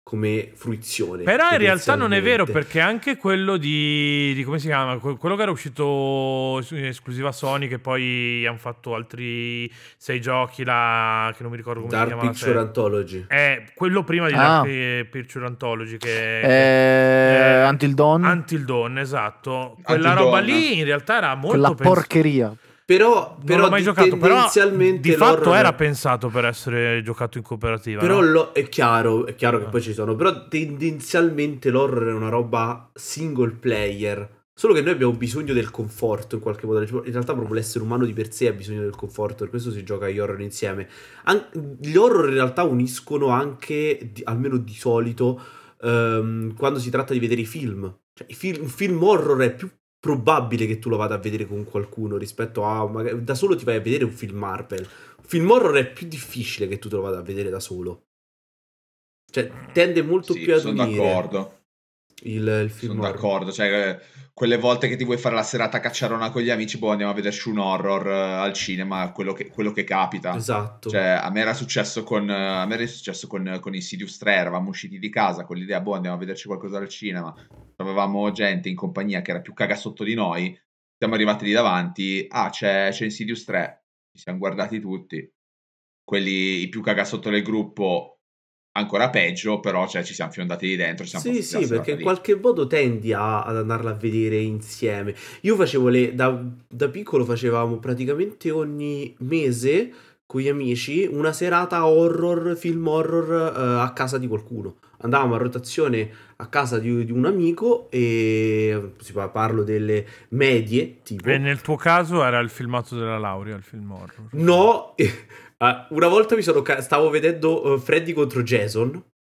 come fruizione. Però in realtà non è vero, tendenzialmente. perché anche quello di, di come si chiama? Que- Quello che era uscito su- in esclusiva Sony, che poi hanno fatto altri sei giochi, là, che non mi ricordo come si Dark chiama la Picture serie. Anthology. È quello prima di Ah. Dark Pi- Picture Anthology, che Eh, eh, Until Dawn, Until Dawn, esatto. Quella Until roba Dawn. lì in realtà era molto quella pens- porcheria. Però, Non però l'ho mai di- giocato, però tendenzialmente di fatto l'horror- era pensato per essere giocato in cooperativa. Però no? lo- è chiaro, è chiaro che Ah. poi ci sono. Però tendenzialmente l'horror è una roba single player. Solo che noi abbiamo bisogno del conforto in qualche modo. In realtà proprio l'essere umano di per sé ha bisogno del conforto. Per questo si gioca agli horror insieme. An- gli horror in realtà uniscono anche, di- almeno di solito, ehm, quando si tratta di vedere i film. Cioè, i film- un film horror è più probabile che tu lo vada a vedere con qualcuno rispetto a magari da solo ti vai a vedere un film Marvel. Un film horror è più difficile che tu te lo vada a vedere da solo. Cioè, tende molto Sì, più ad sono unire d'accordo. il, il film Sono horror. d'accordo, cioè eh, quelle volte che ti vuoi fare la serata cacciarona con gli amici, boh, andiamo a vederci un horror eh, al cinema, quello che, quello che capita. Esatto. Cioè, a me era successo con, eh, a me era successo con, con Insidious tre, eravamo usciti di casa con l'idea, boh, andiamo a vederci qualcosa al cinema. Avevamo gente in compagnia che era più cagasotto di noi, siamo arrivati lì davanti, ah, c'è, c'è Insidious tre, ci siamo guardati tutti, quelli i più cagasotto del gruppo ancora peggio, però cioè, ci siamo fiondati lì dentro, ci siamo Sì, passati la sì, serata perché in lì. qualche modo tendi a- ad andarla a vedere insieme. Io facevo le da, da piccolo facevamo praticamente ogni mese con gli amici una serata horror, film horror eh, a casa di qualcuno. Andavamo a rotazione a casa di, di un amico e si pa- parlo delle medie, tipo. E nel tuo caso era il filmato della laurea, il film horror. No, eh, una volta mi sono ca- stavo vedendo eh, Freddy contro Jason.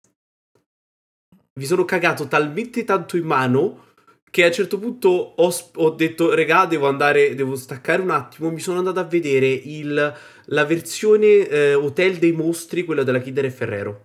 Mi sono cagato talmente tanto in mano che a un certo punto ho, sp- ho detto, regà, devo andare, devo staccare un attimo. Mi sono andato a vedere il, la versione eh, Hotel dei mostri, quella della Kidder e Ferrero.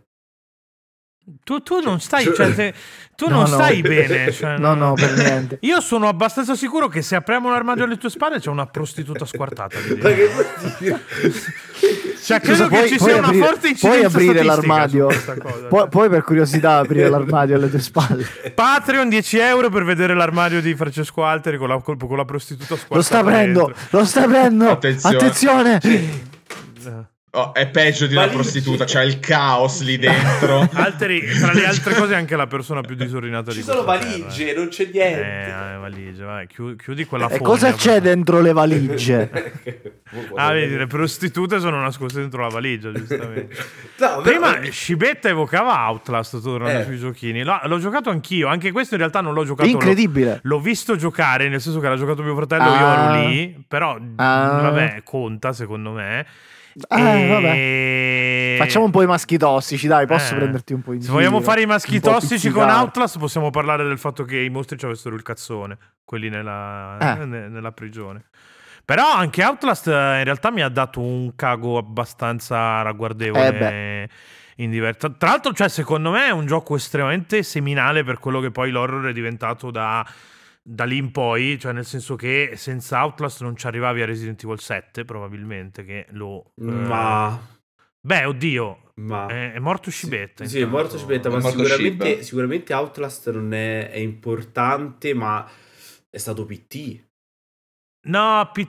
Tu, tu non stai, Cioè- cioè, se- tu No, non no. stai bene. Cioè, No, no, per niente. Io sono abbastanza sicuro che se apriamo l'armadio alle tue spalle c'è una prostituta squartata lì Ma dentro. che vuol dire? Cioè, credo Scusa, che puoi- ci puoi sia una aprire- forte incidenza puoi aprire statistica l'armadio. su questa cosa. Pu- puoi per curiosità aprire l'armadio alle tue spalle. Patreon dieci euro per vedere l'armadio di Francesco Alteri con la, con con la prostituta squartata Lo sta aprendo, dentro. lo sta aprendo. Attenzione. Attenzione. Eh. Oh, è peggio di una Valigie. prostituta, c'è il caos lì dentro. Alteri, tra le altre cose, è anche la persona più disordinata Ci di sono questa terra, valigie, non c'è Eh, niente. eh, valigie, vai, chiudi, chiudi quella E fogna. cosa c'è dentro le valigie? Ah, vedi, le prostitute sono nascoste dentro la valigia, giustamente. No, Prima però- Scibetta evocava Outlast, tornando Eh. sui giochini. L'ho, l'ho giocato anch'io, anche questo in realtà non l'ho giocato. Incredibile. L'ho, l'ho visto giocare, nel senso che l'ha giocato mio fratello, io Ah. ero lì, però Ah. vabbè, conta secondo me. Eh, E- vabbè. Facciamo un po' i maschi tossici, dai, posso Eh. prenderti un po' in Se giro? vogliamo fare i maschi Un po' tossici con pizzicare. Outlast, possiamo parlare del fatto che i mostri ci avessero il cazzone, quelli nella, Eh. ne- nella prigione. Però anche Outlast eh, in realtà mi ha dato un cago abbastanza ragguardevole. Eh beh. In diver- tra, tra l'altro, cioè, secondo me è un gioco estremamente seminale per quello che poi l'horror è diventato da, da lì in poi, cioè nel senso che senza Outlast non ci arrivavi a Resident Evil sette, probabilmente, che lo... eh, Ma... Beh, oddio, Ma... è, è morto Scibetta. Sì, è intanto. morto Scibetta, È ma morto sicuramente, Scib. sicuramente Outlast non è, è importante, ma è stato P T. No, P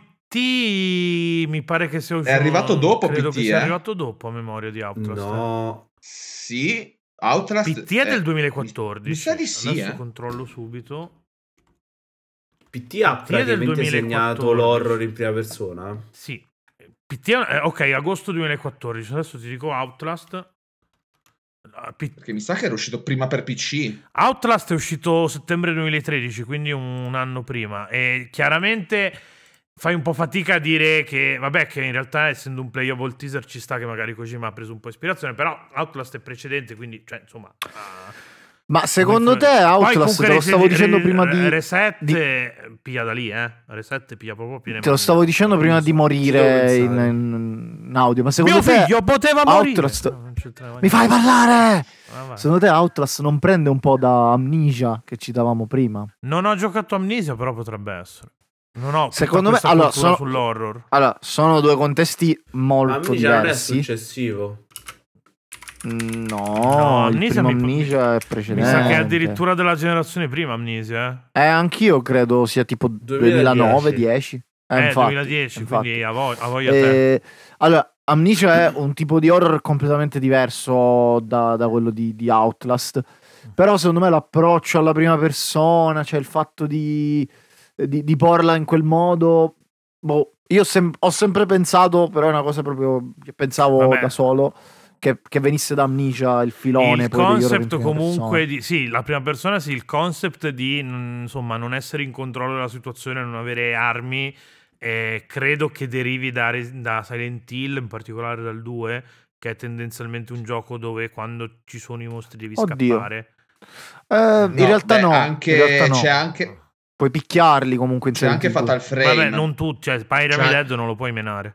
T mi pare che sia uscito. arrivato dopo credo P T, che sia eh? arrivato dopo a memoria di Outlast. No, Sì, Outlast P T è del eh, duemilaquattordici. Mi sa di sì, Adesso eh. controllo subito. P T ha P T è del praticamente segnato duemilaquattordici. l'horror in prima persona. Sì. P T è, eh, ok, agosto duemilaquattordici. Adesso ti dico Outlast. Ah, P- Perché mi sa che era uscito prima per P C. Outlast è uscito settembre duemilatredici, quindi un anno prima. E chiaramente fai un po' fatica a dire che, vabbè, che in realtà essendo un playable teaser ci sta che magari Kojima ha preso un po' ispirazione, però Outlast è precedente, quindi, cioè, insomma... ah, Ma secondo te poi Outlast, comunque te lo stavo Re- dicendo Re- prima di... Reset di- piglia da lì, eh. Reset piglia proprio piene Te lo mani. stavo dicendo prima di Ci devo morire in, pensare. in- in audio, ma secondo Mio te figlio poteva morire. Outlast... No, non c'entrava Mi fai niente. parlare! Ah, vai. Secondo te Outlast non prende un po' da Amnesia che citavamo prima? Non ho giocato Amnesia, però potrebbe essere. Non ho tutta Secondo me- questa allora, cultura sono- sull'horror. Allora, sono due contesti molto Amnesia non è diversi. successivo. Mm, No, No, il Amnesia primo mi- Amnesia è Mi precedente. sa che è addirittura della generazione prima Amnesia, Eh, anch'io credo sia tipo duemiladieci. duemilanove dieci. eh? Eh, Eh, infatti, duemiladieci, infatti. quindi a, vo- a voglia te. Eh, allora, Amnesia è un tipo di horror completamente diverso da, da quello di, di Outlast. Però secondo me l'approccio alla prima persona, cioè il fatto di, di, di porla in quel modo, boh, io sem- ho sempre pensato, però è una cosa proprio che pensavo Vabbè. da solo, che, che venisse da Amnesia il filone. Il poi degli horror in concept prima comunque persona. di sì, la prima persona sì, il concept di mm, insomma non essere in controllo della situazione, non avere armi, eh, credo che derivi da, Res- da Silent Hill, in particolare dal due, che è tendenzialmente un gioco dove quando ci sono i mostri devi Oddio. scappare. Eh, in No, realtà beh, no, anche- in realtà no. c'è anche Puoi picchiarli comunque in c'è anche Silent Hill Fatal due. Frame. Vabbè, non tutti, cioè Pyramid Cioè- Head non lo puoi menare.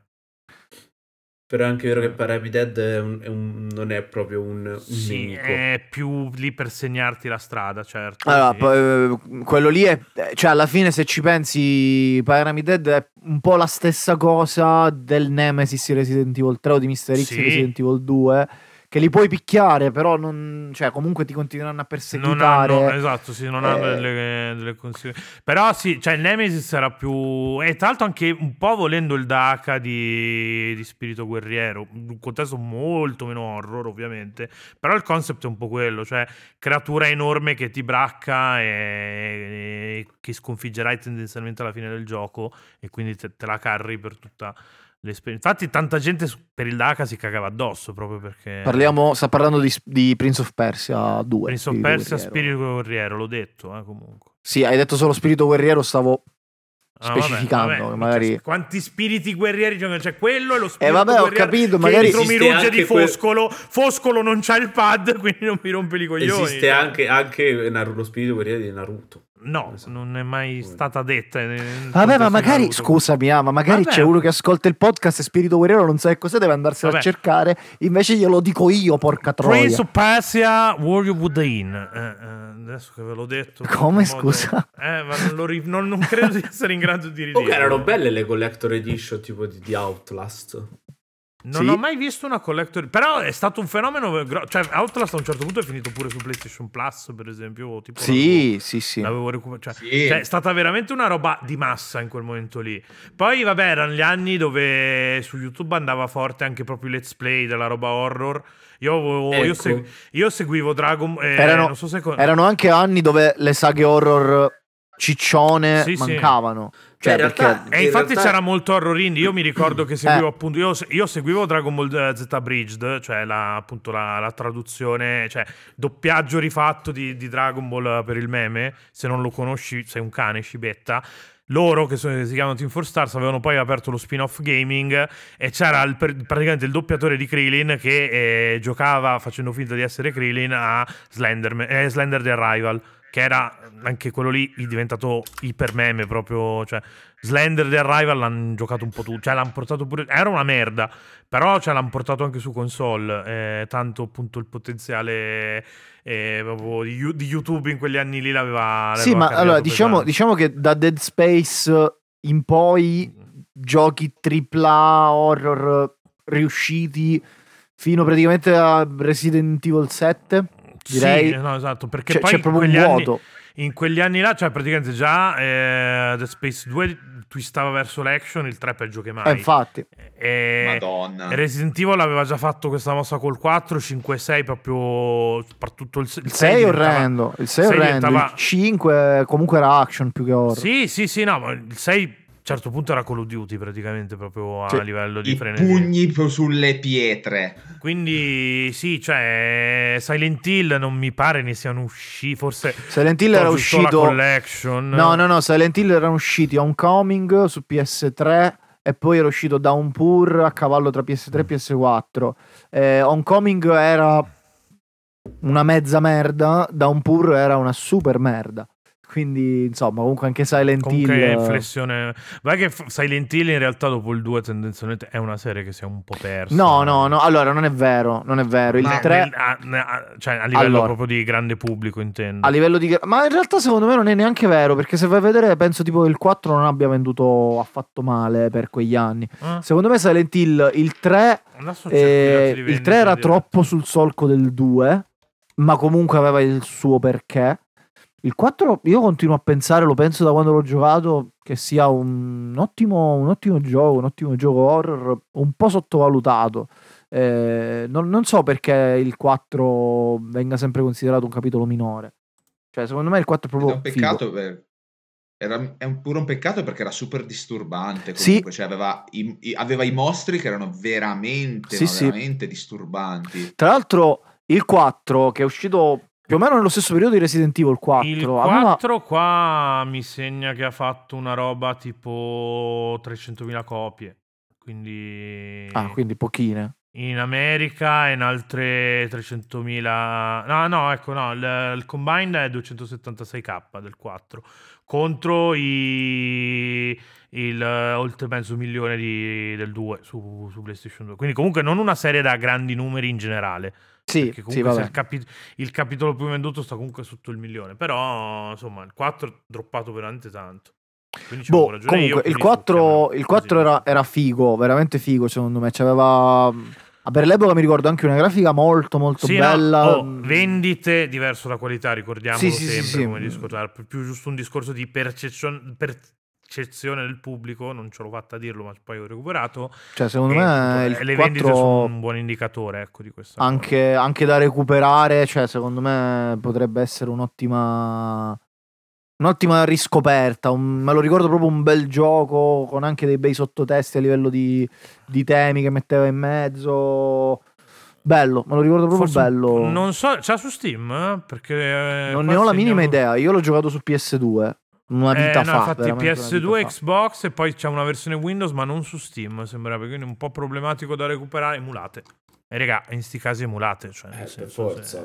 Però è anche vero che Pyramid Head è un- è un- non è proprio un, un Sì, nemico. è più lì per segnarti la strada, certo. Allora, sì. poi, eh, quello lì è, cioè alla fine se ci pensi Pyramid Head è un po' la stessa cosa del Nemesis Resident Evil tre o di mister X Sì. Resident Evil due, che li puoi picchiare però non, cioè comunque ti continueranno a Non perseguitare. hanno, esatto, sì, non hanno Eh. delle, delle conseguenze. Però sì, cioè il Nemesis era più... E tra l'altro anche un po' volendo il Daka di, di Spirito Guerriero, un contesto molto meno horror ovviamente, però il concept è un po' quello, cioè creatura enorme che ti bracca e, e che sconfiggerai tendenzialmente alla fine del gioco e quindi te, te la carri per tutta l'esperienza. Infatti tanta gente su- per il Daka si cagava addosso proprio perché... Parliamo, sta parlando di, di Prince of Persia due. Prince of Spirito Persia, Guerriero. Spirito Guerriero, l'ho detto, eh, comunque. Sì, hai detto solo Spirito Guerriero, stavo Ah, vabbè, specificando, vabbè, che mica- magari... quanti spiriti guerrieri c'è? C'è quello e lo spirito Eh, vabbè, ho guerriero capito, che magari- entro mi Esiste rugge di anche quel- Foscolo. Foscolo non c'ha il pad, quindi non mi rompe i coglioni. Esiste anche, anche Naru- lo spirito guerriero di Naruto. No, non è mai stata detta. nel Vabbè, contesto ma di magari, Naruto. scusami, ah, ma magari Vabbè. c'è uno che ascolta il podcast e Spirito Guerriero non sa che cos'è, deve andarselo Vabbè. a cercare. Invece glielo dico io, porca troia. Prince of Persia, Warrior Within. Eh, eh, adesso che ve l'ho detto. in Come, qualche modo- scusa? Eh, ma non, lo ri- non- non credo di essere in grado di ridirlo. Comunque erano belle le collector edition tipo di, di Outlast. Non Sì. ho mai visto una collector, però è stato un fenomeno. gro- Cioè, Outlast a un certo punto è finito pure su PlayStation Plus, per esempio. o Tipo Sì, sì, sì. l'avevo recuperato. Cioè, Sì. cioè, è stata veramente una roba di massa in quel momento lì. Poi, vabbè, erano gli anni dove su YouTube andava forte anche proprio i let's play della roba horror. Io, avevo- io, Ecco. segu- io seguivo Dragon. Eh, Erano- non so se. con- Erano anche anni dove le saghe horror ciccione Sì, sì. mancavano. Cioè, in realtà- perché... E in infatti realtà- c'era molto horror indie. Io mi ricordo che seguivo Eh. appunto. Io, io seguivo Dragon Ball eh, Z Bridged, cioè la, appunto la, la traduzione, cioè doppiaggio rifatto di, di Dragon Ball per il meme. Se non lo conosci, sei un cane, scibetta. Loro, che sono- si chiamano Team four Stars, avevano poi aperto lo spin-off gaming e c'era il, per- praticamente il doppiatore di Krillin che eh, giocava facendo finta di essere Krillin a Slenderman, eh, Slender the Arrival, che era anche quello lì diventato iper meme proprio, cioè Slender the Arrival l'hanno giocato un po' tutti, cioè l'hanno portato pure, era una merda, però ce l'hanno portato anche su console, eh, tanto appunto il potenziale eh, proprio di, You- di YouTube in quegli anni lì l'aveva Sì, l'aveva ma caricato allora diciamo, pesante. diciamo che da Dead Space in poi giochi tripla A horror riusciti fino praticamente a Resident Evil sette, direi. Sì, no, esatto, perché c'è, poi c'è in proprio un quegli anni, vuoto. in quegli anni là, cioè praticamente già eh, Dead Space due twistava verso l'action, il tre peggio che mai. Eh, infatti. E Madonna. Resident Evil aveva già fatto questa mossa col quattro, cinque e sei proprio, soprattutto il, Il sei è diventava- orrendo, il sei è sei orrendo, diventava- il cinque comunque era action più che horror. Sì, sì, sì, no, ma il sei a un certo punto era Call of Duty praticamente proprio a Sì. livello di I frenesi. pugni pro- sulle pietre. Quindi sì, cioè Silent Hill non mi pare ne siano usciti, forse Silent Hill era giusto la uscito... collection. No, no, no, Silent Hill erano usciti Homecoming su P S tre e poi era uscito Downpour a cavallo tra P S tre e P S quattro. Eh, Homecoming era una mezza merda, Downpour era una super merda. Quindi, insomma, comunque anche Silent Comunque Hill... è inflessione. Vai che f- Silent Hill in realtà dopo il due tendenzialmente è una serie che si è un po' persa. No, no, no, allora non è vero, non è vero. Il Ma tre... nel- a, a- cioè a livello Allora. proprio di grande pubblico, intendo. A livello di... Ma in realtà secondo me non è neanche vero, perché se vai a vedere penso tipo che il quattro non abbia venduto affatto male per quegli anni. Eh? Secondo me Silent Hill, il tre... Adesso cerco eh, i dati di il vendita tre era di- troppo sul solco del due, ma comunque aveva il suo perché. Il quattro io continuo a pensare, lo penso da quando l'ho giocato, che sia un ottimo, un ottimo gioco, un ottimo gioco horror, un po' sottovalutato. Eh, non, non so perché il quattro venga sempre considerato un capitolo minore. Cioè, secondo me il quattro è Ed è proprio un figo. peccato per- era, è un, pure un peccato perché era super disturbante Sì. comunque, cioè aveva i, i- aveva i mostri che erano veramente, Sì, ma sì. veramente disturbanti. Tra l'altro il quattro, che è uscito più o meno nello stesso periodo di Resident Evil quattro, Il aveva- quattro qua mi segna che ha fatto una roba tipo trecentomila copie. Quindi... Ah, quindi pochine. In America e in altre trecentomila. No, no, ecco, no, il, il combined è duecentosettantasei k del quattro contro i il eh, oltre mezzo milione di- del due su, su PlayStation due. Quindi comunque non una serie da grandi numeri in generale. Sì, Perché sì, comunque se vabbè. il, capi- il capitolo più venduto sta comunque sotto il milione. Però, insomma, il quattro è droppato veramente tanto. Quindi ci avevo Boh, ragione io, comunque il quindi quattro, succhiamelo. il quattro Così. era, era figo, veramente figo secondo me. C'aveva... ah, per l'epoca mi ricordo anche una grafica molto molto Sì, bella. no, oh, vendite diverso da qualità, ricordiamolo Sì, sì, sì, sempre sì. come discorso, era più giusto un discorso di percezione, percezione del pubblico, non ce l'ho fatta a dirlo, ma poi ho recuperato. Cioè, secondo E, me appunto, il le vendite sono quattro un buon indicatore, ecco, di questa cosa. anche, anche da recuperare, cioè secondo me potrebbe essere un'ottima un'ottima riscoperta. Un- me lo ricordo proprio un bel gioco con anche dei bei sottotesti a livello di, di temi che metteva in mezzo. Bello, me lo ricordo proprio Forse un- bello. non so, c'è su Steam? Eh? Perché eh, Non qua ne ho la segniamo- minima idea. Io l'ho giocato su P S due una Eh, vita no, fa. infatti veramente una P S vita due, fa. Xbox e poi c'è una versione Windows, ma non su Steam, sembrerebbe, quindi un po' problematico da recuperare. Emulate. E raga, in sti casi emulate, cioè, nel Eh, per senso, forza.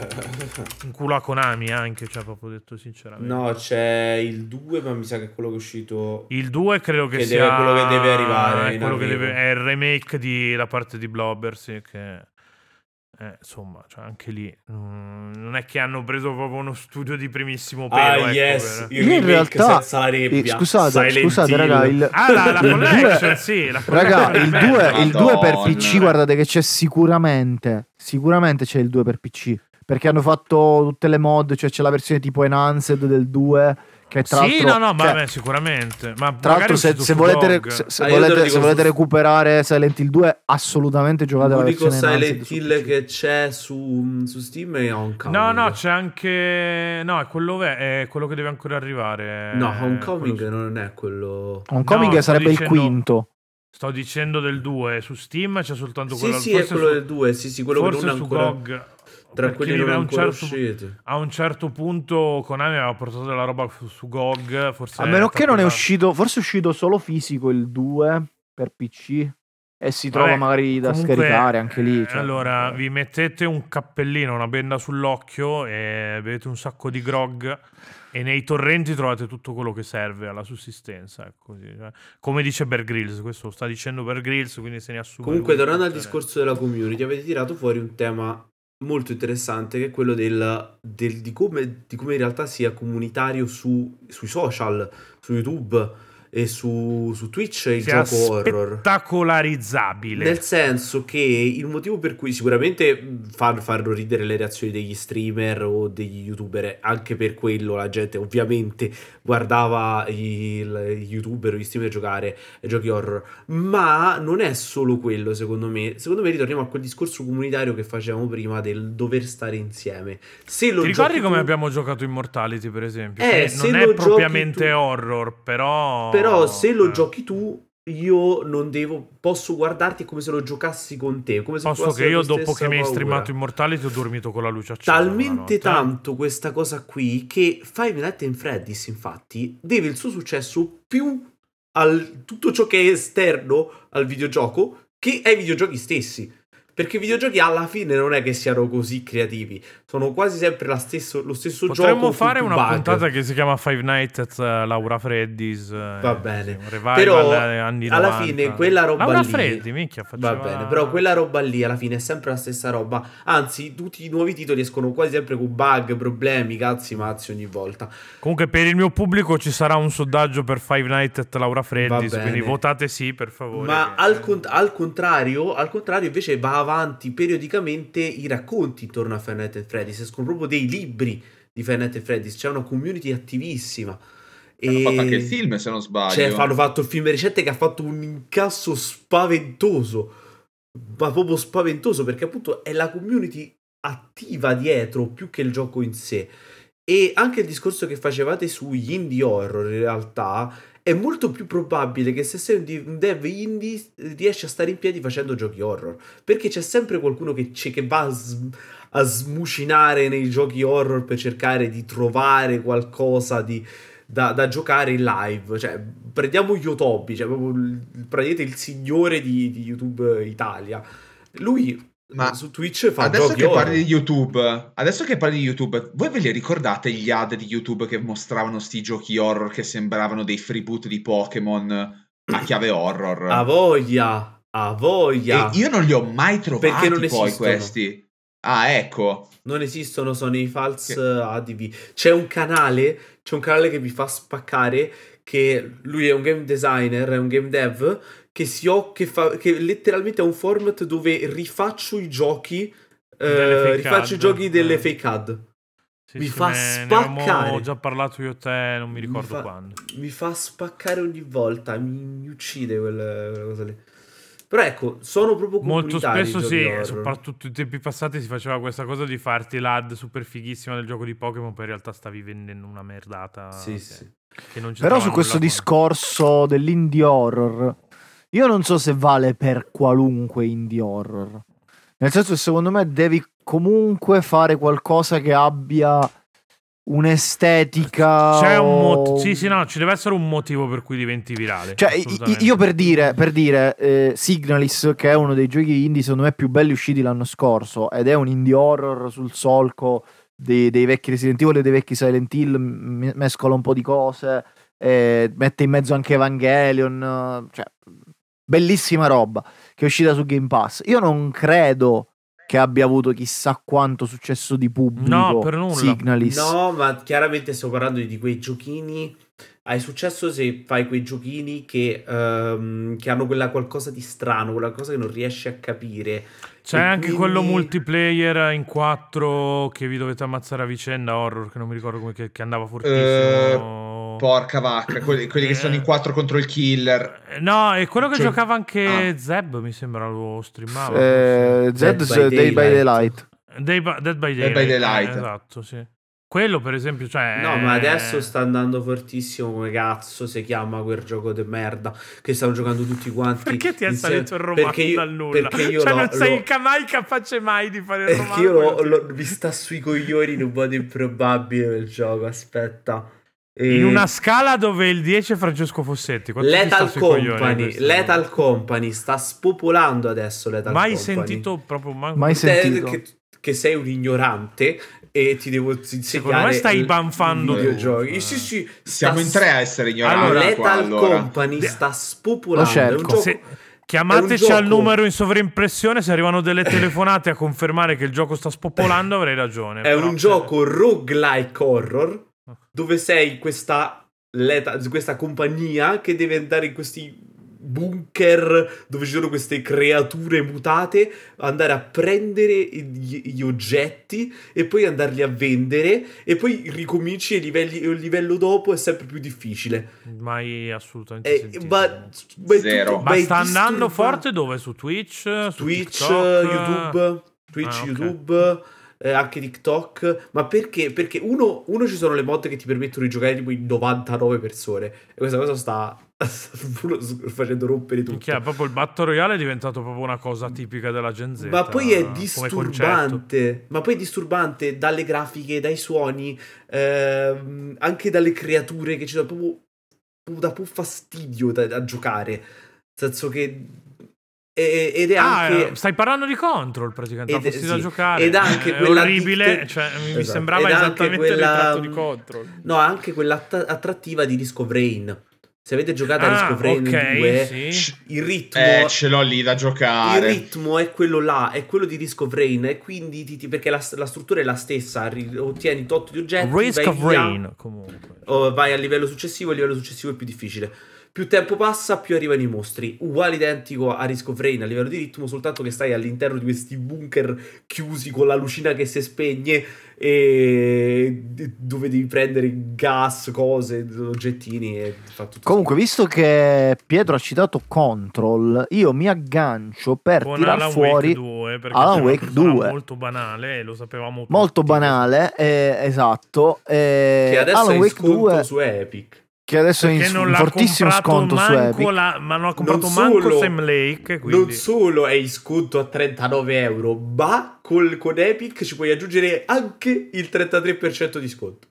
se- un culo a Konami anche, cioè, proprio detto sinceramente. No, c'è il due, ma mi sa che è quello che è uscito. Il due credo che, Che sia deve- quello che deve arrivare è, in quello che arrivo. deve- è il remake di la parte di Blobber, sì, che eh, insomma, cioè anche lì mm, non è che hanno preso proprio uno studio di primissimo pelo, Ah, ecco, yes, per- il Io in remake realtà senza la eh, nebbia. scusate, Silent scusate Hill. raga, il, Ah, la, la il collection, due- sì, la raga, collection il è bella. due, il due per Madonna. P C, guardate che c'è sicuramente, sicuramente c'è il due per P C, perché hanno fatto tutte le mod, cioè c'è la versione tipo enhanced del due, che tra Sì, l'altro, no, no, ma cioè, vabbè, sicuramente. Ma tra l'altro se, se volete, se, se Ah, io te lo volete, dico se volete su- recuperare Silent Hill due, assolutamente giocate la L'unico versione Silent enhanced su Hill P C. che c'è su, su Steam è Homecoming. No, no, c'è anche. No, è quello, ve- è quello che deve ancora arrivare. No, è Homecoming quello- non è quello. Homecoming No, sto sarebbe dicendo- il quinto. Sto dicendo del due. Su Steam c'è soltanto Sì, quello. sì, è forse quello su- del due. Sì, sì, quello che forse non è su ancora. G O G. Tra Perché quelli non a un ancora certo, usciti. a un certo punto Konami aveva portato della roba su, su G O G. Forse A meno è che non è quella- uscito, forse è uscito solo fisico il due per P C e si trova Vabbè, magari da comunque, scaricare anche lì. eh, cioè, allora, eh. vi mettete un cappellino, una benda sull'occhio e bevete un sacco di grog e nei torrenti trovate tutto quello che serve alla sussistenza. Ecco, così, cioè. Come dice Bear Grylls, questo lo sta dicendo Bear Grylls, quindi se ne assume. Comunque, lui tornando al tutte le- discorso della community, avete tirato fuori un tema molto interessante che è quello del, del- di, come, di come in realtà sia comunitario su, sui social, su YouTube e su, su Twitch il sia gioco horror. spettacolarizzabile. Nel senso che il motivo per cui sicuramente far, fanno ridere le reazioni degli streamer o degli youtuber, anche per quello la gente ovviamente guardava i, i youtuber o gli streamer giocare ai giochi horror, ma non è solo quello secondo me. Secondo me ritorniamo a quel discorso comunitario che facevamo prima del dover stare insieme. Se lo Ti ricordi giochi come tu- abbiamo giocato Immortality, per esempio? Eh, Che se non è lo giochi propriamente tu- horror, però... Però se lo eh. giochi tu, io non devo. Posso guardarti come se lo giocassi con te. Come se Posso fosse che io la tua dopo che stessa mi hai paura. streamato Immortality ho dormito con la luce accesa. Talmente una notte, eh. tanto questa cosa qui che Five Nights at Freddy's, infatti, deve il suo successo più a tutto ciò che è esterno al videogioco che ai videogiochi stessi. Perché i videogiochi alla fine non è che siano così creativi, sono quasi sempre la stesso, lo stesso Potremmo gioco. fare con più una bug. puntata che si chiama Five Nights at uh, Laura Freddy's. Va bene, sì, un revival però anni alla novanta. fine quella roba Laura lì Freddy, minchia, faceva... va bene, però quella roba lì alla fine è sempre la stessa roba. Anzi, tutti i nuovi titoli escono quasi sempre con bug, problemi, cazzi mazzi ogni volta. Comunque per il mio pubblico ci sarà un sondaggio per Five Nights at Laura Freddy's, bene. quindi votate sì, per favore. Ma che- al, cont- al contrario, al contrario invece va avanti periodicamente i racconti intorno a Five Nights at Freddy's, escono proprio dei libri di Five Nights at Freddy's, c'è una community attivissima. Hanno E fatto anche il film, se non sbaglio. Cioè, hanno fatto il film recente che ha fatto un incasso spaventoso, ma proprio spaventoso, perché appunto è la community attiva dietro più che il gioco in sé. E anche il discorso che facevate sugli indie horror, in realtà è molto più probabile che se sei un di- un dev indie riesci a stare in piedi facendo giochi horror, perché c'è sempre qualcuno che, c'è- che va a, sm- a smucinare nei giochi horror per cercare di trovare qualcosa di, da, da giocare in live. Cioè, prendiamo Yotobi, cioè proprio il, praticamente il signore di, di YouTube Italia. Lui Ma su Twitch fa adesso giochi che horror. parli di YouTube, adesso che parli di YouTube, voi ve li ricordate gli ad di YouTube che mostravano sti giochi horror che sembravano dei freeboot di Pokémon a chiave horror? A voglia, a voglia. E io non li ho mai trovati Perché non poi esistono. questi. Ah, ecco. Non esistono, sono i false Che- A D V. C'è un canale, c'è un canale che vi fa spaccare, che lui è un game designer, è un game dev, che si ho, che fa, che letteralmente è un format dove rifaccio i giochi, Delle eh, fake rifaccio ad. i giochi delle Eh. fake ad. Sì, mi sì, fa ne- spaccare. Ne avevamo già parlato io e te, non mi ricordo fa, quando. Mi fa spaccare ogni volta, mi, mi uccide quella, quella cosa lì. Però ecco, sono proprio Molto comunitari i spesso giochi sì, horror. soprattutto in tempi passati si faceva questa cosa di farti l'ad super fighissima del gioco di Pokémon, poi in realtà stavi vendendo una merdata. Sì, che, sì. che non Però c'entrava su questo nulla con- discorso dell'indie horror, io non so se vale per qualunque indie horror. Nel senso che secondo me devi comunque fare qualcosa che abbia un'estetica. C'è un o- motivo. Sì, sì, no, ci deve essere un motivo per cui diventi virale. Cioè, i- assolutamente. io per dire, per dire eh, Signalis, che è uno dei giochi indie secondo me più belli usciti l'anno scorso, ed è un indie horror sul solco dei, dei vecchi Resident Evil e dei vecchi Silent Hill, m- mescola un po' di cose, eh, mette in mezzo anche Evangelion, eh, cioè bellissima roba che è uscita su Game Pass. Io non credo che abbia avuto chissà quanto successo di pubblico. No, per nulla. Signalis. No, ma chiaramente stiamo parlando di quei giochini. Hai successo se fai quei giochini che, ehm, che hanno quella qualcosa di strano, quella cosa che non riesci a capire. C'è E anche quindi- quello multiplayer in quattro che vi dovete ammazzare a vicenda, horror, che non mi ricordo come che, che andava fortissimo. Porca vacca, quelli, quelli che sono in quattro contro il killer. Eh, No, è quello che Cioè- giocava anche ah. Zeb, mi sembra, lo streamava. Eh, Dead Zed's by Day by Daylight. Daylight. Day by, Dead by Dead Daylight. by Daylight. eh, esatto, sì. Quello, per esempio, cioè... No, ma adesso eh, sta andando fortissimo. Come cazzo si chiama quel gioco di merda che stanno giocando tutti quanti? Perché ti è insieme- salito il romano Perché io- dal nulla? Perché io cioè, l'ho- non sei l'ho- mai capace mai di fare il Perché romano. io quello l'ho- ti- l'ho- mi sta sui coglioni in un modo improbabile quel gioco. Aspetta. E- In una scala dove il dieci è Francesco Fossetti. quanto ti sta Lethal sui coglioni Company, questo? Lethal Company sta spopolando adesso. Lethal Mai Company. sentito proprio manco- Mai Te- sentito. che, che sei un ignorante e ti devo insegnare. Secondo me stai il- banfando i videogiochi. tu. Sì, sì, Siamo sta- in tre a essere ignoranti. Allora, qua, Lethal allora. Company De- sta spopolando. Lo È un cerco. gioco. Se- Chiamateci È un al gioco- numero in sovraimpressione. Se arrivano delle telefonate a confermare che il gioco sta spopolando, avrei ragione. È però un se- gioco roguelike horror dove sei questa, leta- questa compagnia che deve andare in questi bunker dove ci sono queste creature mutate, andare a prendere gli, gli oggetti e poi andarli a vendere e poi ricominci e livelli, il livello dopo è sempre più difficile. Mai assolutamente Eh, sentito. ma, ma è Zero. tutto- Ma è sta andando disturba- forte dove? Su Twitch? Su Twitch, TikTok? YouTube, Twitch, Ah, ok. YouTube, eh, anche TikTok. Ma perché? Perché uno, uno ci sono le mod che ti permettono di giocare tipo in novantanove persone. E questa cosa sta uno s- facendo rompere tutto. Minchia, proprio il Battle Royale è diventato proprio una cosa tipica della Gen Z. Ma poi è come concetto. disturbante. Ma poi è disturbante dalle grafiche, dai suoni, ehm, anche dalle creature che ci sono proprio, proprio da più fastidio da, da giocare. Nel senso che E- ed è Ah, anche stai parlando di Control praticamente, Ed- la fastidio sì. da giocare. Ed anche è quella orribile, addicted- cioè, mi Esatto. sembrava Ed anche esattamente quella- il ritratto di Control. no, anche quella att- attrattiva di Risk of Rain. Se avete giocato a Risk Ah, of Rain ok, due, sì. il ritmo Eh, ce l'ho lì da il giocare. ritmo è quello là, è quello di Risk of Rain, e quindi ti- ti- perché la, la struttura è la stessa, ri- ottieni tot di oggetti, Risk vai of via, Rain, comunque. o vai al livello successivo, il livello successivo è più difficile. Più tempo passa, più arrivano i mostri. Uguale identico a Risk of Rain a livello di ritmo, soltanto che stai all'interno di questi bunker chiusi con la lucina che si spegne e dove devi prendere gas, cose, oggettini e fa tutto. Comunque, visto che Pietro ha citato Control, io mi aggancio per Con tirar Alan fuori Wake due, perché Alan sei una Wake persona due. molto banale, e lo sapevamo molto tutti. banale, eh, esatto. eh, Che adesso Alan è in Wake sconto due, su Epic. che adesso è in, Perché non in l'ha fortissimo comprato sconto su manco Epic. la, ma non ha comprato Non manco solo- Sam Lake, quindi Non solo è in sconto a trentanove euro, ma col, con Epic ci puoi aggiungere anche il trentatré per cento di sconto.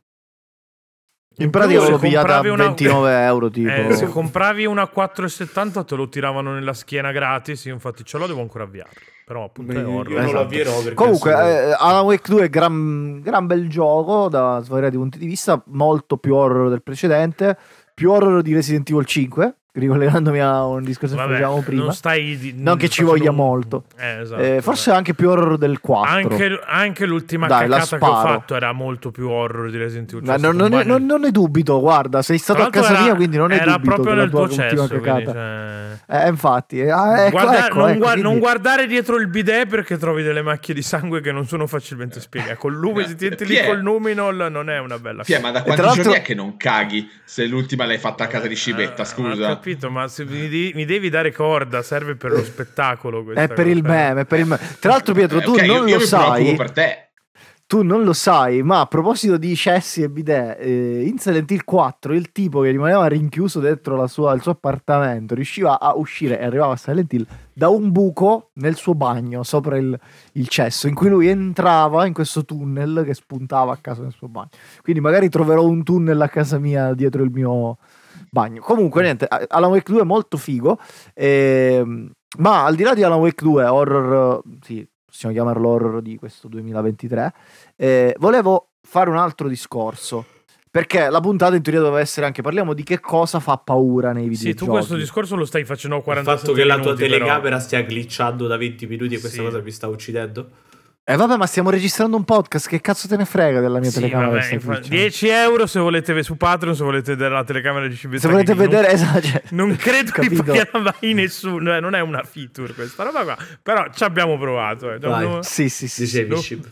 In pratica più, l'ho se pigliata a compravi una- ventinove euro tipo. Eh, se compravi una quattro e settanta te lo tiravano nella schiena gratis. Io infatti ce l'ho, devo ancora avviarlo. Però appunto è Io horror. non lo Esatto. avvierò perché Comunque, adesso- eh, Alan Wake due è gran, gran bel gioco da svariati punti di vista, molto più horror del precedente, più horror di Resident Evil cinque, ricollegandomi a un discorso che Vabbè, facevamo prima. non stai di- Non che ci facendo voglia un- molto. Eh, esatto, Eh, forse vabbè. anche più horror del quattro. Anche, anche l'ultima Dai, la cacata che ho sparo. fatto era molto più horror di Resident Evil. Ma Cioè, non, stato un non ne, bagno- non- non ne dubito, guarda, sei stato Tra a casa l'altro mia, era- quindi non ne era dubito proprio che la nel tua tuo ultima cesso, cacata. quindi, cioè... Eh, infatti, ah, ecco, Guarda- ecco, non, ecco, gua- quindi- non guardare dietro il bidet perché trovi delle macchie di sangue che non sono facilmente spiegate. Col lume, se ti metti lì Pie- col luminol non è una bella Pie, ma da E quanti tra l'altro- giorni è che non caghi se l'ultima l'hai fatta a casa di Scibetta, Eh, Ho scusa? capito, ma se mi, di- mi devi dare corda, serve per lo spettacolo. questa è per il cosa. meme, è per il meme. Tra l'altro, Pietro, Eh, tu ok, io- non io lo mi sai. preoccupo per te. Tu non lo sai, ma a proposito di cessi e bidet, eh, in Silent Hill quattro il tipo che rimaneva rinchiuso dentro la sua- il suo appartamento riusciva a uscire e arrivava a Silent Hill da un buco nel suo bagno, sopra il, il cesso, in cui lui entrava in questo tunnel che spuntava a caso nel suo bagno. Quindi magari troverò un tunnel a casa mia dietro il mio bagno. Comunque niente, Alan Wake due è molto figo, ehm, ma al di là di Alan Wake due, horror, sì, possiamo chiamarlo horror di questo duemilaventitré, eh, volevo fare un altro discorso, perché la puntata in teoria doveva essere anche, parliamo di che cosa fa paura nei videogiochi. Sì, tu questo discorso lo stai facendo a Il quarantasette fatto che la tua minuti, però. telecamera stia glitchando da venti minuti e questa Sì. cosa mi sta uccidendo. Eh vabbè, ma stiamo registrando un podcast, che cazzo te ne frega della mia Sì, telecamera? vabbè, che sta infa- glitchando? dieci euro se volete su Patreon, se volete vedere la telecamera di Cibetta. Se volete che non- vedere, esatto, cioè, Non credo che capito? pagherà mai nessuno, eh, non è una feature questa roba qua, però ci abbiamo provato. Eh. Vai. Non- Sì, sì, sì. sì. Dicevi, no. Shib.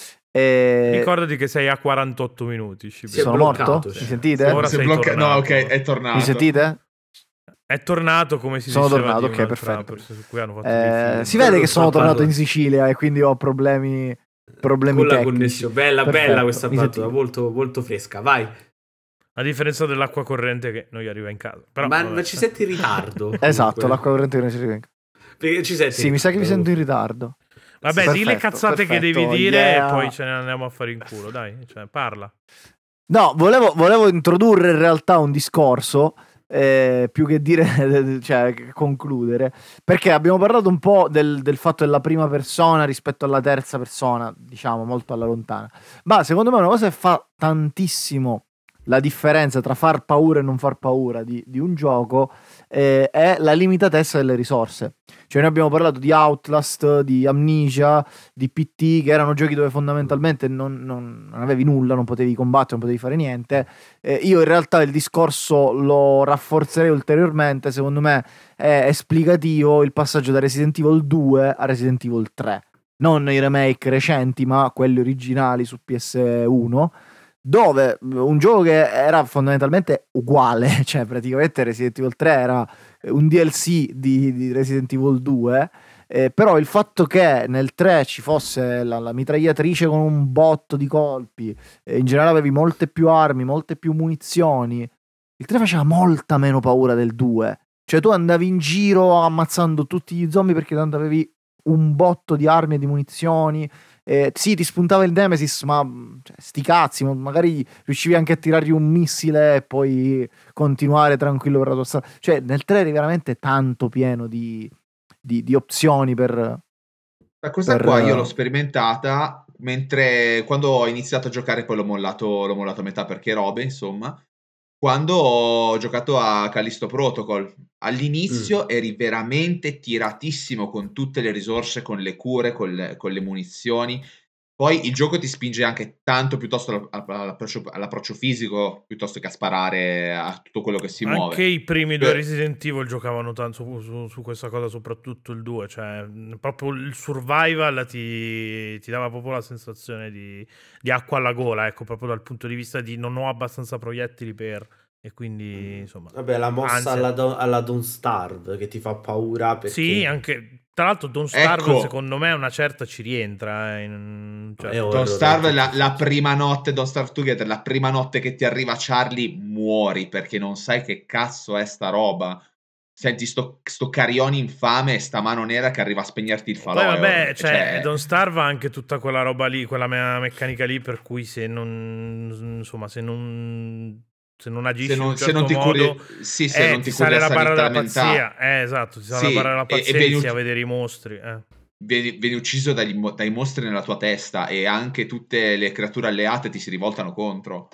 Eh, Ricordati che sei a quarantotto minuti. Cibetta. Si è sono bloccato, morto? sì. Mi sentite? Ora Si è sei blocca- tornato. No, ok, è tornato. Mi sentite? È tornato come si Sono diceva tornato, di ok, un'altra perfetto. persona su cui hanno fatto dei Eh, film. si vede che Quello sono sta tornato in parlando. Sicilia e quindi ho problemi, problemi Con la tecnici. connessione. Bella, Perfetto, bella questa mi battuta, sentite? molto, molto fresca. Vai. A differenza dell'acqua corrente che non gli arriva in casa. Però, ma, vabbè. ma ci senti in ritardo? Esatto, comunque. l'acqua corrente che non ci arriva in casa. Perché ci senti Sì, mi sa che mi in sento in ritardo. ritardo. Vabbè, Sì, di le perfetto, cazzate che perfetto, devi dire yeah. e poi ce ne andiamo a fare in culo, dai. Cioè, parla. No, volevo, volevo introdurre in realtà un discorso, eh, più che dire, cioè che concludere, perché abbiamo parlato un po' del, del fatto della prima persona rispetto alla terza persona, diciamo molto alla lontana, ma secondo me una cosa che fa tantissimo la differenza tra far paura e non far paura di, di un gioco eh, è la limitatezza delle risorse. Cioè noi abbiamo parlato di Outlast, di Amnesia, di P T, che erano giochi dove fondamentalmente non, non, non avevi nulla, non potevi combattere, non potevi fare niente. Eh, io in realtà il discorso lo rafforzerei ulteriormente, secondo me è esplicativo il passaggio da Resident Evil due a Resident Evil tre. Non i remake recenti, ma quelli originali su P S uno, dove un gioco che era fondamentalmente uguale, cioè praticamente Resident Evil tre era un D L C di, di Resident Evil due, eh, però il fatto che nel tre ci fosse la, la mitragliatrice con un botto di colpi, eh, in generale avevi molte più armi, molte più munizioni, il tre faceva molta meno paura del due, cioè tu andavi in giro ammazzando tutti gli zombie perché tanto avevi un botto di armi e di munizioni. Eh, sì, ti spuntava il Nemesis, ma cioè, sti cazzi, magari riuscivi anche a tirargli un missile e poi continuare tranquillo per la tua strada. Cioè, nel tre eri veramente tanto pieno di, di, di opzioni per... La cosa per, qua io l'ho sperimentata mentre quando ho iniziato a giocare, poi l'ho mollato, l'ho mollato a metà perché robe, insomma. Quando ho giocato a Callisto Protocol, all'inizio mm. eri veramente tiratissimo con tutte le risorse, con le cure, con le, con le munizioni. Poi il gioco ti spinge anche tanto piuttosto all'approccio, all'approccio fisico piuttosto che a sparare a tutto quello che si anche muove. Anche i primi Beh. due Resident Evil giocavano tanto su, su, su questa cosa, soprattutto il due, cioè proprio il survival ti, ti dava proprio la sensazione di, di acqua alla gola, ecco, proprio dal punto di vista di non ho abbastanza proiettili per... e quindi insomma... Vabbè, la mossa alla, do, alla Don't Starve che ti fa paura perché... Sì, anche... Tra l'altro Don't Starve ecco. secondo me una certa ci rientra. Eh, in... cioè, Don't Starve, la, la prima notte, Don't Starve Together, la prima notte che ti arriva Charlie, muori perché non sai che cazzo è sta roba. Senti sto, sto carione infame e sta mano nera che arriva a spegnerti il falò. Poi vabbè, cioè, cioè... Don't Starve ha anche tutta quella roba lì, quella me- meccanica lì per cui se non... insomma, se non... se non agisci se non, in un certo se non ti modo, curi, sì, se eh, non ti, ti sale la barra della mentale. pazzia. Eh, esatto, ti sale sì, la barra della pazzia e, e e inizi ucc- a vedere i mostri. Eh. Vieni, vieni ucciso dagli, dai mostri nella tua testa e anche tutte le creature alleate ti si rivoltano contro.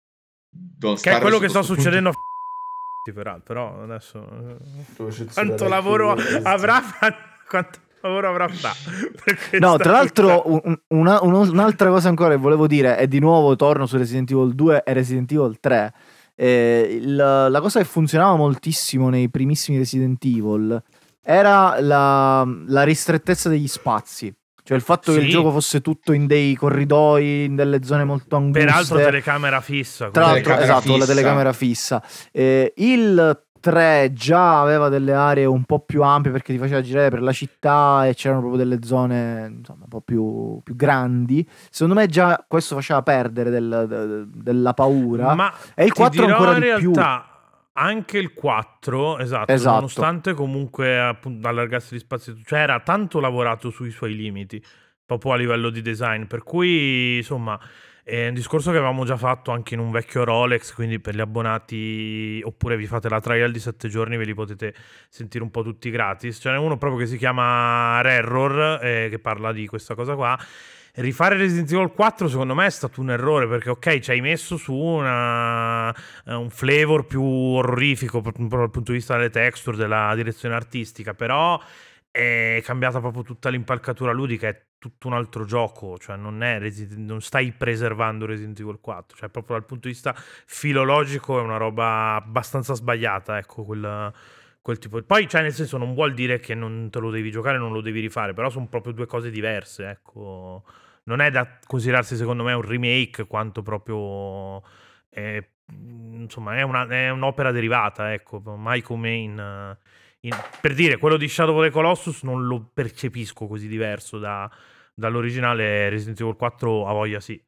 Don't che è quello che sta punto... succedendo a f***i, però adesso... Quanto lavoro avrà fatto... Quanto... lavoro avrà fatto. No, tra l'altro un, una, un'altra cosa ancora che volevo dire, e di nuovo torno su Resident Evil due e Resident Evil tre. Eh, il, la cosa che funzionava moltissimo nei primissimi Resident Evil era la, la ristrettezza degli spazi. Cioè il fatto sì. che il gioco fosse tutto in dei corridoi, in delle zone molto anguste. Peraltro telecamera fissa. Tra l'altro, esatto, fissa. La telecamera fissa. Eh, il tre già aveva delle aree un po' più ampie perché ti faceva girare per la città e c'erano proprio delle zone insomma un po' più, più grandi. Secondo me già questo faceva perdere del, de, della paura. Ma e il quattro ancora in di realtà più. Anche il quattro, esatto, esatto, nonostante comunque appunto allargasse gli spazi, cioè era tanto lavorato sui suoi limiti, proprio a livello di design, per cui insomma è un discorso che avevamo già fatto anche in un vecchio Rolex, quindi per gli abbonati, oppure vi fate la trial di sette giorni, ve li potete sentire un po' tutti gratis. Ce n'è uno proprio che si chiama Error, eh, che parla di questa cosa qua. Rifare Resident Evil quattro secondo me è stato un errore, perché ok, ci hai messo su una, un flavor più orrorifico proprio dal punto di vista delle texture, della direzione artistica, però è cambiata proprio tutta l'impalcatura ludica, è tutto un altro gioco, cioè non è Resident, non stai preservando Resident Evil quattro, cioè proprio dal punto di vista filologico è una roba abbastanza sbagliata, ecco, quel, quel tipo. Poi, cioè, nel senso, non vuol dire che non te lo devi giocare, non lo devi rifare, però sono proprio due cose diverse, ecco. Non è da considerarsi, secondo me, un remake, quanto proprio è, insomma, è, una, è un'opera derivata, ecco, mai come in, in... Per dire, quello di Shadow of the Colossus non lo percepisco così diverso da, dall'originale. Resident Evil quattro a voglia sì.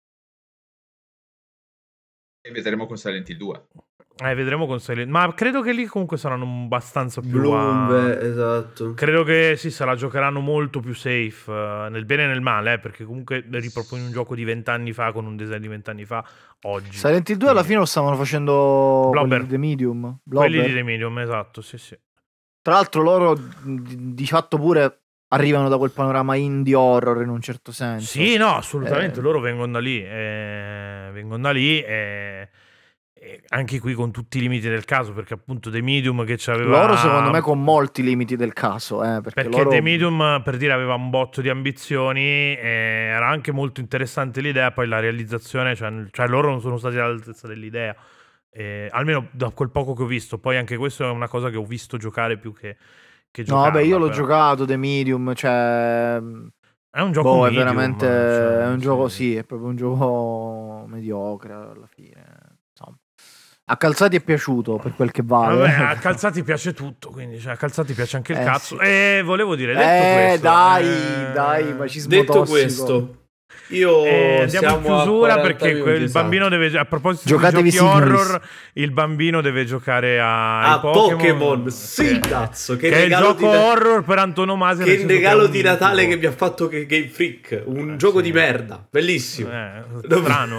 E vedremo con Silent Hill due. Eh, vedremo con Silent, ma credo che lì comunque saranno abbastanza più Bloom, a... esatto. Credo che sì, se la giocheranno molto più safe, uh, nel bene e nel male, eh, perché comunque riproponi un gioco di vent'anni fa con un design di vent'anni fa oggi. Silent Hill due alla fine lo stavano facendo Blobber. quelli di The Medium. Blobber. Quelli di The Medium, esatto, sì sì. Tra l'altro loro di, di fatto pure arrivano da quel panorama indie horror in un certo senso. Sì, no, assolutamente, eh... loro vengono da lì, eh, vengono da lì e... anche qui con tutti i limiti del caso, perché appunto The Medium che c'aveva loro secondo me con molti limiti del caso, eh, perché, perché loro... The Medium, per dire, aveva un botto di ambizioni e era anche molto interessante l'idea, poi la realizzazione, cioè, cioè loro non sono stati all'altezza dell'idea, eh, almeno da quel poco che ho visto. Poi anche questo è una cosa che ho visto giocare più che, che giocare. No, vabbè, io l'ho però. giocato The Medium, cioè è un gioco boh, medium, è veramente cioè, è un sì. gioco, sì, è proprio un gioco mediocre alla fine. Insomma, a Calzati è piaciuto per quel che vale. Vabbè, a Calzati piace tutto, quindi cioè, a Calzati piace anche il eh, cazzo. sì. E volevo dire, detto eh, questo, dai, eh... dai, macismo detto tossico. questo, io eh, andiamo in chiusura perché il bambino esatto. deve, a proposito Giocatevi di giochi Signoris. horror, il bambino deve giocare a, a Pokémon, Pokémon. Sì, che, cazzo, che, che è il regalo gioco di horror per antonomasia. Che regalo di Natale tipo. che mi ha fatto Game Freak, un eh, gioco sì. di merda, bellissimo. Eh, strano.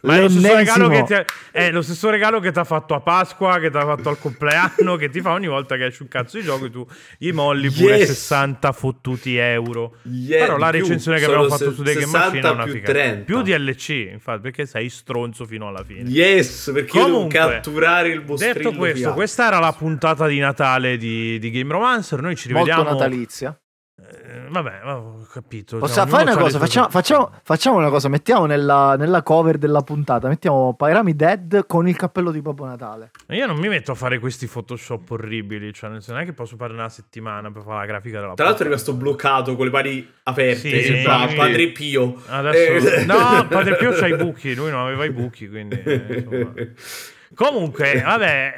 Ma è lo stesso regalo che L'ennesimo. ti ha, è lo stesso regalo che ti ha fatto a Pasqua, che ti ha fatto al compleanno, che ti fa ogni volta che esce un cazzo di gioco e tu gli molli pure Yes. sessanta fottuti euro. Yeah, Però la di più. recensione che Sono abbiamo fatto se- su The Game sessanta Machine è una più figata. trenta. Più D L C, infatti, perché sei stronzo fino alla fine. Yes, perché Comunque, io devo catturare il mostrillo Detto questo, fiato. questa era la puntata di Natale di, di Game Romancer. Noi ci Molto rivediamo. natalizia. Eh, vabbè, ho capito. Possiamo Cioè, fare ognuno una c'ha cosa, le sue facciamo, facciamo, facciamo una cosa, mettiamo nella, nella cover della puntata, mettiamo Pyramid Dead con il cappello di Babbo Natale. Io non mi metto a fare questi Photoshop orribili, cioè nel senso, non è che posso fare una settimana per fare la grafica della Tra l'altro è puntata. rimasto bloccato con le mani aperte. Sì, Sembra sì. Padre Pio. Adesso Eh. no, Padre Pio c'ha i buchi, lui non aveva i buchi, quindi eh, insomma. Comunque, vabbè,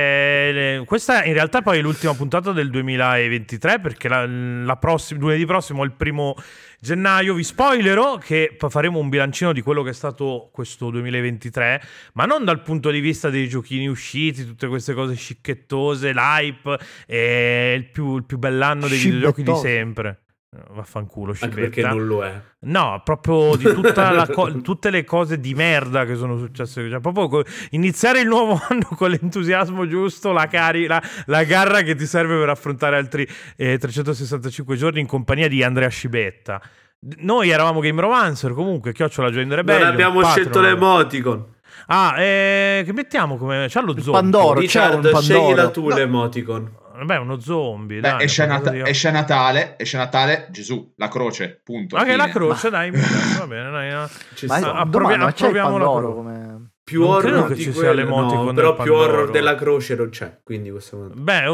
eh, questa in realtà poi è l'ultima puntata del duemilaventitré, perché la, la prossima, lunedì prossimo è il primo gennaio. Vi spoilerò che poi faremo un bilancino di quello che è stato questo duemilaventitré, ma non dal punto di vista dei giochini usciti, tutte queste cose scicchettose, l'hype, e il più, il più bell'anno dei videogiochi di Scibettose. sempre. Vaffanculo, Anche scibetta. perché non lo è. No, proprio di tutta la co- tutte le cose di merda che sono successe. Cioè, proprio co- iniziare il nuovo anno con l'entusiasmo giusto, la, cari- la, la garra che ti serve per affrontare altri eh, trecentosessantacinque giorni in compagnia di Andrea Scibetta. D- Noi eravamo Game Romancer, comunque, chiocciola Join the Rebellion. Non abbiamo Patreon. scelto l'emoticon. Ah, eh, che mettiamo come... C'ha lo zombie. Pandoro, c'è un Richard, sceglila Pandoro. tu No. l'emoticon. Beh, uno zombie, Beh, dai. esce, a qualcosa Nata- di- esce a Natale, esce a Natale, Gesù, la croce, punto. Anche fine. la croce, dai, mi piace, va bene, dai, no. Ci Ma sta. approvi- domanda, ma c'è il approviamo la Pandoro croce. come... Più non credo horror che di ci sia quello, l'emoticon no, del però più Pandoro. horror della croce non c'è, quindi questo... Beh,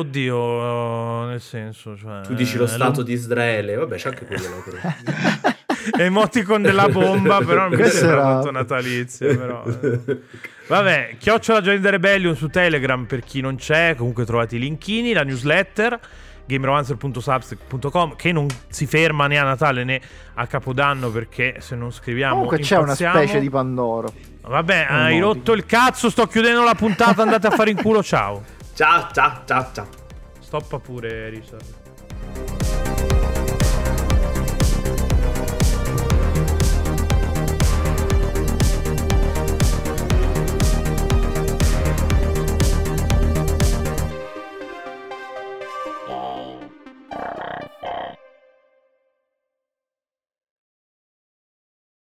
oddio, nel senso, cioè... Tu dici lo eh, Stato di Israele, vabbè c'è anche quello la croce. emoticon della bomba, però non mi Questo sembra era- molto natalizia, però. eh. Vabbè, chiocciola Join the Rebellion su Telegram per chi non c'è, comunque trovate i linkini, la newsletter gameromancer punto substack punto com, che non si ferma né a Natale né a Capodanno, perché se non scriviamo Comunque c'è una impazziamo. specie di Pandoro. Vabbè, Un hai emoticon. rotto il cazzo, sto chiudendo la puntata, andate a fare in culo, ciao. Ciao, ciao, ciao, ciao. Stoppa pure, Richard. Game.